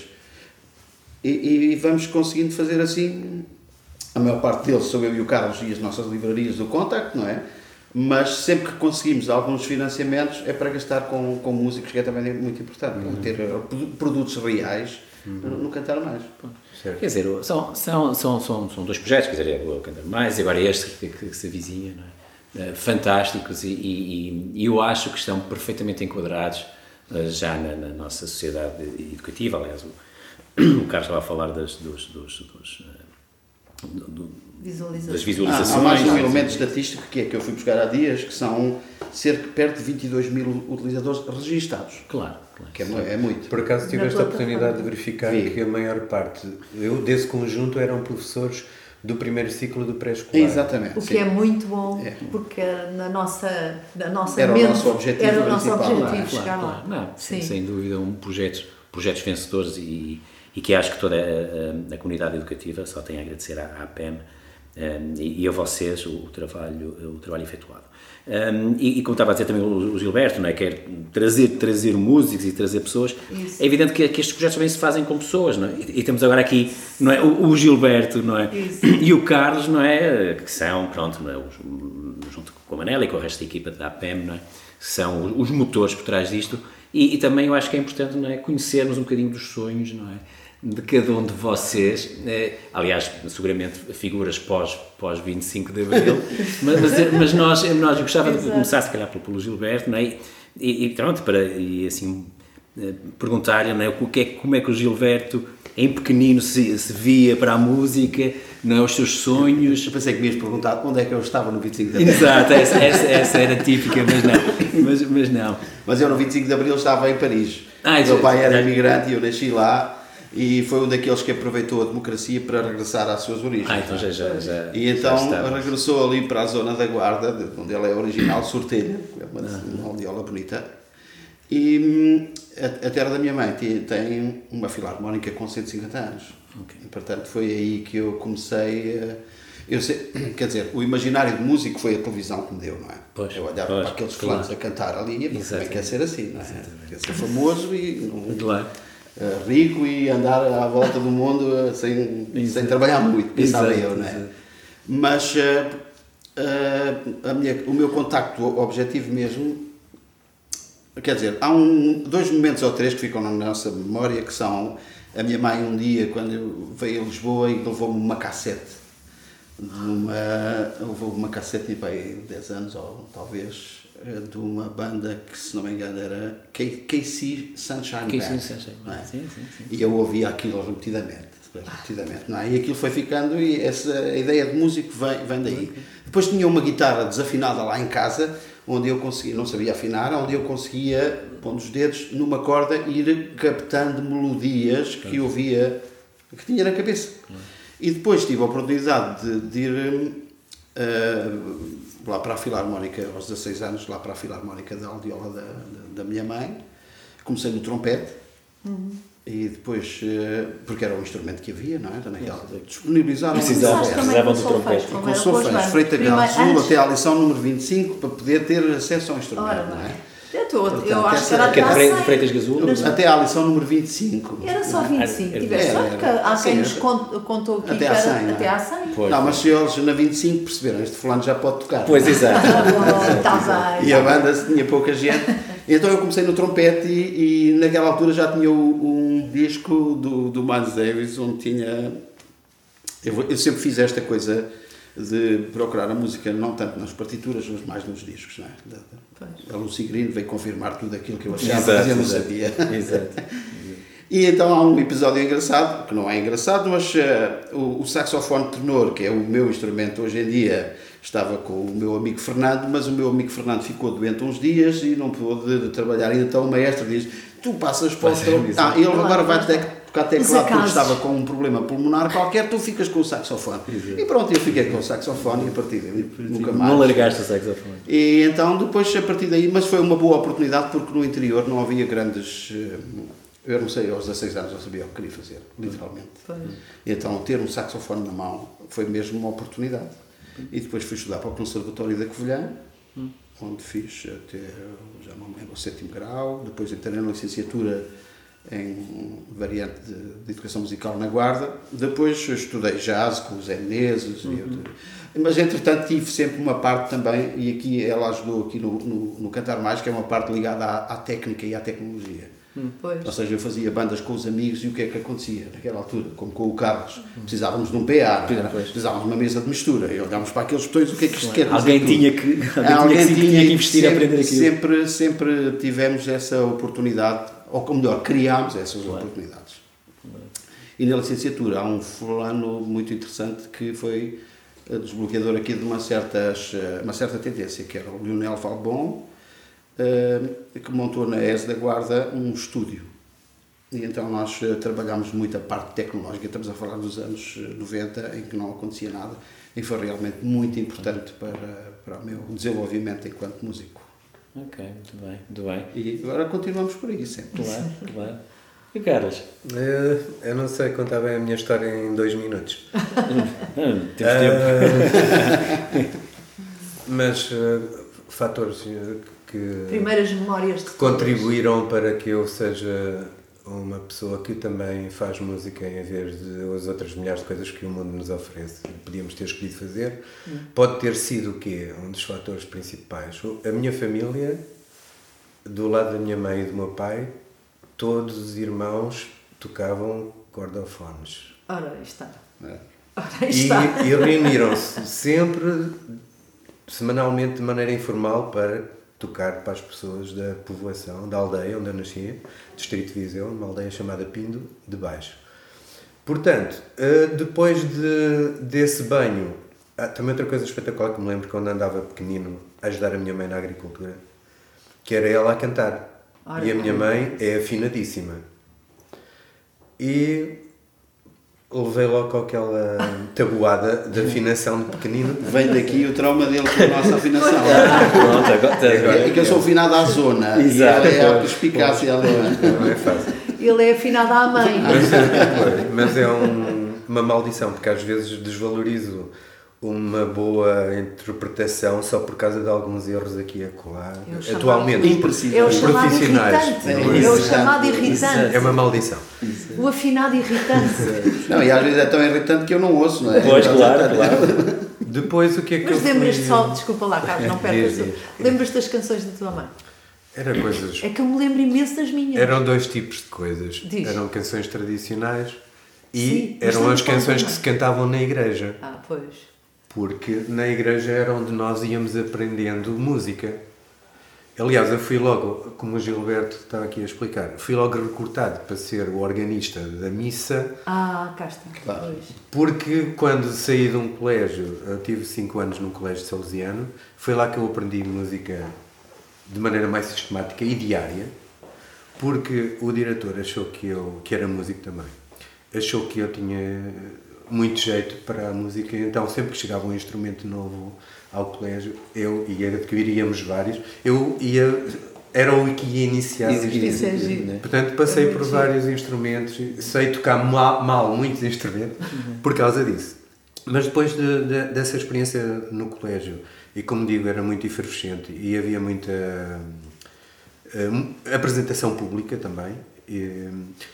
E, e, e vamos conseguindo fazer assim. A maior parte deles sou eu e o Carlos e as nossas livrarias do Contact, não é? Mas sempre que conseguimos alguns financiamentos é para gastar com, com músicos, que é também muito importante, uhum. ter produtos reais uhum. no Cantar Mais. Certo. Quer dizer, são, são, são, são, são dois projetos, quer dizer, o Cantar Mais e agora este que, que, que se avizinha, não é? Fantásticos e, e, e eu acho que estão perfeitamente enquadrados já na, na nossa sociedade educativa. Aliás, o, o Carlos estava a falar das, dos, dos, dos Do, Visualização. das visualizações. Ah, há mais um elemento estatístico que é que eu fui buscar há dias, que são cerca perto de vinte e dois mil utilizadores registados. Claro, claro. Que é, é muito. Por acaso tive Na esta oportunidade de verificar Vi. que a maior parte eu, desse conjunto eram professores do primeiro ciclo do pré-escolar. Exatamente. O que sim. é muito bom, É. porque na nossa, na nossa Era o mente nosso objetivo era o nosso principal. objetivo Claro, chegar claro, lá. claro. Não, Sim. sem dúvida, um projetos, projetos vencedores e, e que acho que toda a, a, a comunidade educativa só tem a agradecer à, à P E M um, e, e a vocês o, o, trabalho, o trabalho efetuado. Um, e, e como estava a dizer também o, o Gilberto, não é? Quer trazer, trazer músicos e trazer pessoas. Isso. É evidente que, que estes projetos também se fazem com pessoas, não é? E, e temos agora aqui, não é? O, o Gilberto, não é? Isso. E o Carlos, não é? Que são, pronto, não é? Os, junto com a Manela e com o resto da equipa da A P E M, não é? São os, os motores por trás disto. E, e também eu acho que é importante, não é? Conhecermos um bocadinho dos sonhos, não é? De cada um de vocês, eh, aliás, seguramente figuras pós, pós vinte e cinco de Abril, mas, mas, mas nós, nós gostava de começar se calhar pelo, pelo Gilberto, não é? E, e pronto, para, e assim, eh, perguntar-lhe, não é? O que é, como é que o Gilberto, em pequenino, se, se via para a música, não é? Os seus sonhos. Eu pensei que me ias perguntar onde é que eu estava no vinte e cinco de Abril. Exato, essa, essa, essa era típica, mas não, mas, mas não. Mas eu no vinte e cinco de Abril estava em Paris. Ah, o meu pai era já- imigrante e eu nasci lá. E foi um daqueles que aproveitou a democracia para regressar às suas origens. Ah, então já, já, já E então já estava. regressou ali para a zona da Guarda, de onde ele é original, Sortelha, que é uma, uma aldeola bonita. E hum, a, a terra da minha mãe tem, tem uma filarmónica com cento e cinquenta anos. Ok. E, portanto, foi aí que eu comecei a... Eu sei, quer dizer, o imaginário de músico foi a televisão que me deu, não é? Pois, eu olhava pois, para aqueles claro. fulanos a cantar ali e também quer ser assim, não é? Exatamente. Quer ser famoso e não, Claro. uh, rico e andar à volta do mundo uh, sem, sem trabalhar muito, pensava Exato, eu, não é? exato. Mas uh, uh, a minha, o meu contacto objetivo mesmo, quer dizer, há um, dois momentos ou três que ficam na nossa memória, que são a minha mãe um dia, quando veio a Lisboa e levou-me uma cassete. Numa, levou uma cassete, tinha para aí dez anos ou talvez, de uma banda que, se não me engano, era K C Sunshine K Band. C Sunshine Band, não é? sim, sim, sim. E eu ouvia aquilo repetidamente, repetidamente, não é? E aquilo foi ficando e essa a ideia de músico vem, vem daí. Depois tinha uma guitarra desafinada lá em casa, onde eu conseguia, não sabia afinar, onde eu conseguia, pondo os dedos numa corda, ir captando melodias que eu via, que tinha na cabeça. E depois tive a oportunidade de, de ir uh, lá para a Filarmónica, aos dezasseis anos, lá para a Filarmónica da Aldeola da, da, da minha mãe. Comecei no trompete. Uhum. E depois, uh, porque era o instrumento que havia, não é? Naquela, disponibilizaram precisavam, precisavam do trompete. com solfejo, Freita Azul até à lição número vinte e cinco, para poder ter acesso ao instrumento, Ora, não é? Eu, tô, Portanto, eu acho que era Que até é à de Freitas Gazul? Até à lição número vinte e cinco. Era só vinte e cinco. Era- Tiveste era- sorte que há sim, quem nos era- cont- contou aqui até que à era cem, não é? até à cem. Pois. Não, mas se eles na vinte e cinco perceberam, este fulano já pode tocar. Pois, exato. Está bem. E a banda tinha pouca gente. Então eu comecei no trompete e, e naquela altura já tinha um, um disco do, do Miles Davis onde tinha... Eu, vou- eu sempre fiz esta coisa de procurar a música, não tanto nas partituras, mas mais nos discos, não é? Da- da- A Lucy Green veio confirmar tudo aquilo que eu achava, Exato, mas eu não exato. sabia. Exato. E então há um episódio engraçado, que não é engraçado, mas uh, o, o saxofone tenor, que é o meu instrumento hoje em dia, estava com o meu amigo Fernando, mas o meu amigo Fernando ficou doente uns dias e não pôde trabalhar. E então o maestro diz, tu passas para o teu... Ah, ele agora vai ter que tocar teclado porque estava com um problema pulmonar qualquer, tu ficas com o saxofone. E pronto, eu fiquei com o saxofone e a partir daí nunca mais. Não largaste o saxofone. E então depois a partir daí, mas foi uma boa oportunidade porque no interior não havia grandes, eh, eu não sei, aos dezasseis anos eu sabia o que queria fazer, literalmente. Pois. E então ter um saxofone na mão foi mesmo uma oportunidade. E depois fui estudar para o Conservatório da Covilhã, onde fiz até, já não me lembro, o sétimo grau, depois entrei na licenciatura em variante de, de educação musical na Guarda, depois estudei jazz com os Zé Menezes, e outro. Mas entretanto tive sempre uma parte também, e aqui ela ajudou aqui no, no, no Cantar Mais, que é uma parte ligada à, à técnica e à tecnologia. Pois. Ou seja, eu fazia bandas com os amigos e o que é que acontecia naquela altura, como com o Carlos, precisávamos de um P A, não era? Precisávamos de uma mesa de mistura, e olhámos para aqueles botões, o que é que isto quer dizer? Alguém tudo? tinha que, alguém Alguém tinha que, tinha que investir sempre, a aprender aquilo. Sempre, sempre tivemos essa oportunidade, ou melhor, criámos essas Claro. oportunidades. E na licenciatura há um fulano muito interessante que foi eh, desbloqueador aqui de uma, certas, eh, uma certa tendência, que era o Lionel Valbon, eh, que montou na E S da Guarda um estúdio. E então nós eh, trabalhámos muito a parte tecnológica, estamos a falar dos anos eh, noventa, em que não acontecia nada, e foi realmente muito importante para, para o meu desenvolvimento enquanto músico. Ok, muito bem, muito bem. E agora continuamos por aí sempre. Claro, claro. E Carlos? Eh, Eu não sei contar bem a minha história em dois minutos. Hum, temos tempo. Eh, mas eh, fatores eh, que, Primeiras memórias de que contribuíram para que eu seja uma pessoa que também faz música em vez de as outras milhares de coisas que o mundo nos oferece. Podíamos ter escolhido fazer. Pode ter sido o quê? Um dos fatores principais. A minha família, do lado da minha mãe e do meu pai, todos os irmãos tocavam cordofones. Ora, aí está. É. Ora, aí E, está. e reuniram-se sempre, semanalmente, de maneira informal, para tocar para as pessoas da povoação, da aldeia onde eu nasci, Distrito de Viseu, uma aldeia chamada Pindo de Baixo. Portanto, depois de, desse banho, há também outra coisa espetacular que me lembro quando andava pequenino a ajudar a minha mãe na agricultura, que era ela a cantar. Ora, E a minha mãe é afinadíssima. E levei logo com aquela tabuada de afinação de pequenino. Vem daqui o trauma dele com a nossa afinação. Pronto, agora, É que eu sou afinado à zona. Exato. E ela é a perspicácia ali. Não é fácil. Ele é afinado à mãe. Mas, mas é um, uma maldição, porque às vezes desvalorizo uma boa interpretação só por causa de alguns erros aqui e acolá. É o chamado- Atualmente, É o chamado profissionais. irritante. É É o isso. chamado irritante. É uma maldição. O afinado irritante. Não, e às vezes é tão irritante que eu não ouço, não é? Pois, claro, claro. Depois o que é que Mas eu fui... lembras-te só, desculpa lá, Carlos, não percas. Diz, diz. Lembras-te das canções da tua mãe? Era coisas... É que eu me lembro imenso das minhas. Eram dois tipos de coisas. Diz. Eram canções tradicionais e Sim, mas eram também as canções também. que se cantavam na igreja. Ah, pois. Porque na igreja era onde nós íamos aprendendo música. Aliás, eu fui logo, como o Gilberto estava aqui a explicar, fui logo recrutado para ser o organista da missa, Ah, cá está. Claro. Pois. porque quando saí de um colégio, eu tive cinco anos num colégio salesiano, foi lá que eu aprendi música de maneira mais sistemática e diária, porque o diretor achou que eu, que era músico também, achou que eu tinha muito jeito para a música, então sempre que chegava um instrumento novo ao colégio, eu ia adquiríamos vários, eu ia, era o que ia iniciar. Isso é giro. Portanto, passei É por muito vários instrumentos, sei tocar mal, mal muitos instrumentos por causa disso. Mas depois de, de, dessa experiência no colégio, e como digo, era muito efervescente e havia muita uh, apresentação pública também, e,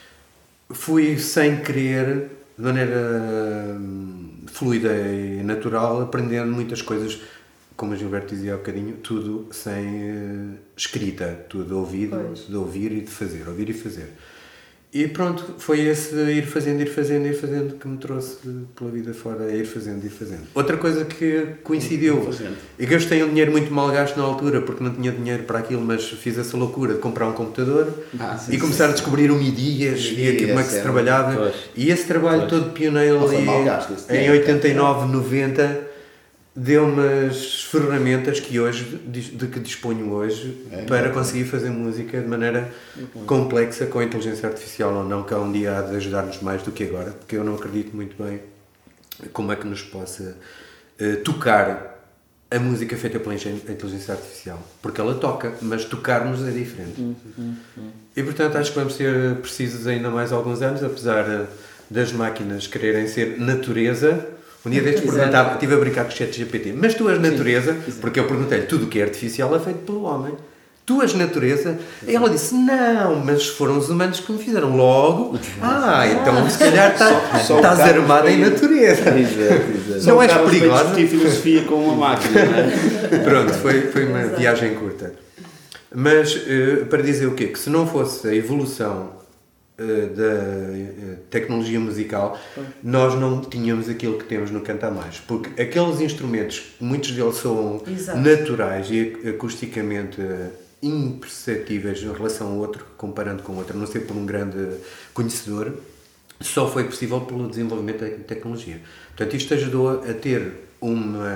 fui sem querer, de maneira hum, fluida e natural, aprendendo muitas coisas, como a Gilberto dizia há bocadinho, tudo sem uh, escrita, tudo ouvido, Pois. de ouvir e de fazer, ouvir e fazer. E pronto, foi esse ir fazendo, ir fazendo, ir fazendo que me trouxe pela vida fora, é ir fazendo, ir fazendo. Outra coisa que coincidiu, Fazendo. e gastei um dinheiro muito mal gasto na altura, porque não tinha dinheiro para aquilo, mas fiz essa loucura de comprar um computador Ah, sim, e começar a descobrir o Midias e aqui como é que se Midias, trabalhava. Pois. E esse trabalho Pois. todo pioneiro Não foi ali, mal gasto esse em dinheiro, oitenta e nove, noventa, deu-me as ferramentas que hoje, de que disponho hoje É, para é. conseguir fazer música de maneira complexa, com a inteligência artificial ou não, que há um dia há de ajudar-nos mais do que agora, porque eu não acredito muito bem como é que nos possa eh, tocar a música feita pela ingen- inteligência artificial, porque ela toca, mas tocar-nos é diferente. E portanto acho que vamos ser precisos ainda mais alguns anos, apesar eh, das máquinas quererem ser natureza. Um dia destes perguntava, estive a brincar com o chat G P T, mas tu és natureza, porque eu perguntei-lhe, tudo o que é artificial é feito pelo homem. Tu és natureza? E ela disse, não, mas foram os humanos que me fizeram. Logo, ah, então se calhar tá- só o estás Carlos armada em foi- natureza. Só Não o és Carlos veio perigosa? discutir filosofia com uma máquina, não é? Pronto, foi, foi uma viagem curta. Mas, eh, para dizer o quê? Que se não fosse a evolução eh, da eh, tecnologia musical, nós não tínhamos aquilo que temos no Canta Mais. Porque aqueles instrumentos, muitos deles são Exato. naturais e acusticamente eh, imperceptíveis em relação ao outro, comparando com o outro, a não ser por um grande conhecedor, só foi possível pelo desenvolvimento da tecnologia. Portanto, isto ajudou a ter uma,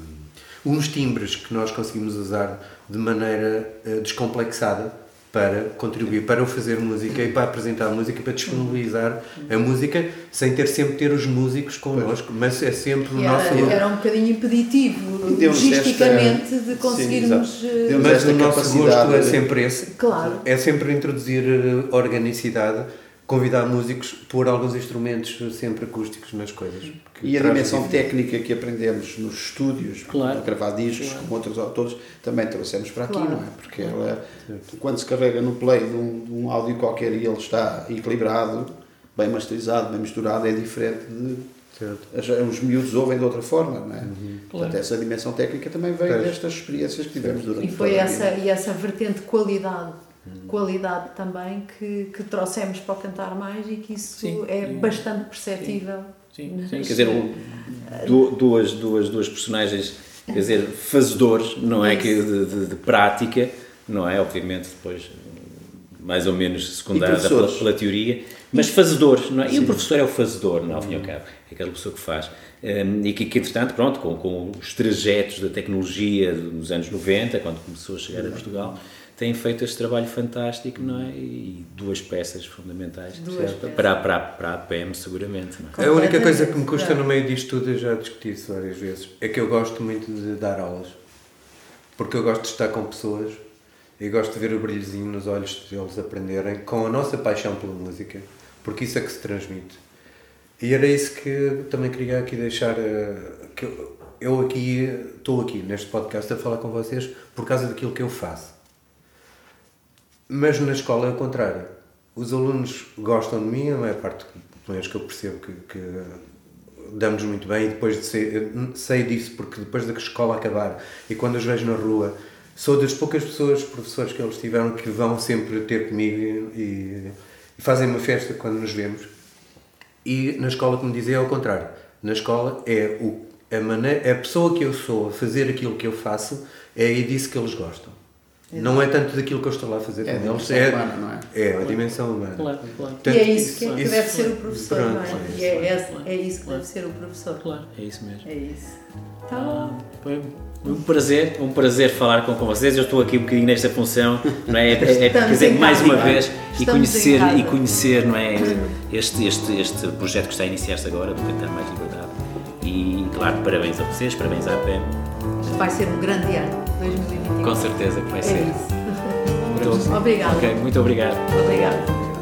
uns timbres que nós conseguimos usar de maneira uh, descomplexada para contribuir, para o fazer música e para apresentar a música, para disponibilizar a música, sem ter sempre ter os músicos connosco, mas é sempre o E nosso... era, era um bocadinho impeditivo, Deu-nos logisticamente, esta- de conseguirmos... Sim, eh, Deu-nos Mas esta o nosso capacidade gosto é de- sempre esse. Claro. É sempre introduzir eh, organicidade, convidar músicos, pôr alguns instrumentos sempre acústicos nas coisas. porque E a traz dimensão isso. técnica que aprendemos nos estúdios, Claro. a gravar discos, com outros autores, também trouxemos para aqui, Claro. não é? Porque ela, quando se carrega no play de um, de um áudio qualquer e ele está equilibrado, bem masterizado, bem misturado, é diferente de... Certo. as- Os miúdos ouvem de outra forma, não é? Portanto, Claro. essa dimensão técnica também veio Pois. destas experiências que tivemos durante E foi toda a essa, vida. e essa vertente de qualidade, qualidade também que, que trouxemos para o Cantar Mais e que isso Sim. é bastante perceptível. Sim, Nas- sim. Quer dizer, um- du- duas, duas, duas personagens, quer dizer, fazedores, não é? Isso. Que de, de- de prática, não é? Obviamente, depois, mais ou menos secundária pela, professores. pela teoria, mas fazedores, não é? E o professor é o fazedor, não é? Ao fim e ao cabo, é aquela pessoa que faz. Um, e que, que, entretanto, pronto, com, com os trajetos da tecnologia dos anos noventa, quando começou a chegar a Portugal, têm feito este trabalho fantástico, não é? E duas peças fundamentais Duas certo? peças. Para, para, para a P M, seguramente, não é? A única coisa que me custa Claro. no meio disto tudo, eu já discuti isso várias vezes, é que eu gosto muito de dar aulas. Porque eu gosto de estar com pessoas e gosto de ver o brilhozinho nos olhos deles aprenderem com a nossa paixão pela música, porque isso é que se transmite. E era isso que também queria aqui deixar, que eu aqui estou aqui neste podcast a falar com vocês por causa daquilo que eu faço. Mas na escola é o contrário. Os alunos gostam de mim, a maior parte, pelo menos que eu percebo que, que damos muito bem, e depois de ser, sei disso porque depois da escola acabar e quando os vejo na rua, sou das poucas pessoas, professores que eles tiveram, que vão sempre ter comigo e, e fazem uma festa quando nos vemos. E na escola, como dizia, é ao contrário. Na escola é o, a, maneira, a pessoa que eu sou a fazer aquilo que eu faço, é disso que eles gostam. Não é tanto daquilo que eu estou lá a fazer é com eles, é, humana, não é? É a dimensão humana. Claro, claro. E é isso que, é que isso, deve ser o professor, pronto, não é? claro, E é, é, claro, é isso que claro. deve ser o professor. Claro, é isso mesmo. É isso. Tá Ah, bom. foi um prazer, um prazer falar com, com vocês. Eu estou aqui um bocadinho nesta função, não é? É, é, quer dizer, em mais casa. uma vez, e Estamos conhecer, em casa. e conhecer, não é? Este, este, este projeto que está a iniciar-se agora, do Cantar Mais Liberdade. E, claro, parabéns a vocês, parabéns à P E M. Vai ser um grande ano, dois mil e vinte e um. Com certeza que vai É ser. isso. Muito, Obrigada. ok, muito obrigado. Obrigada.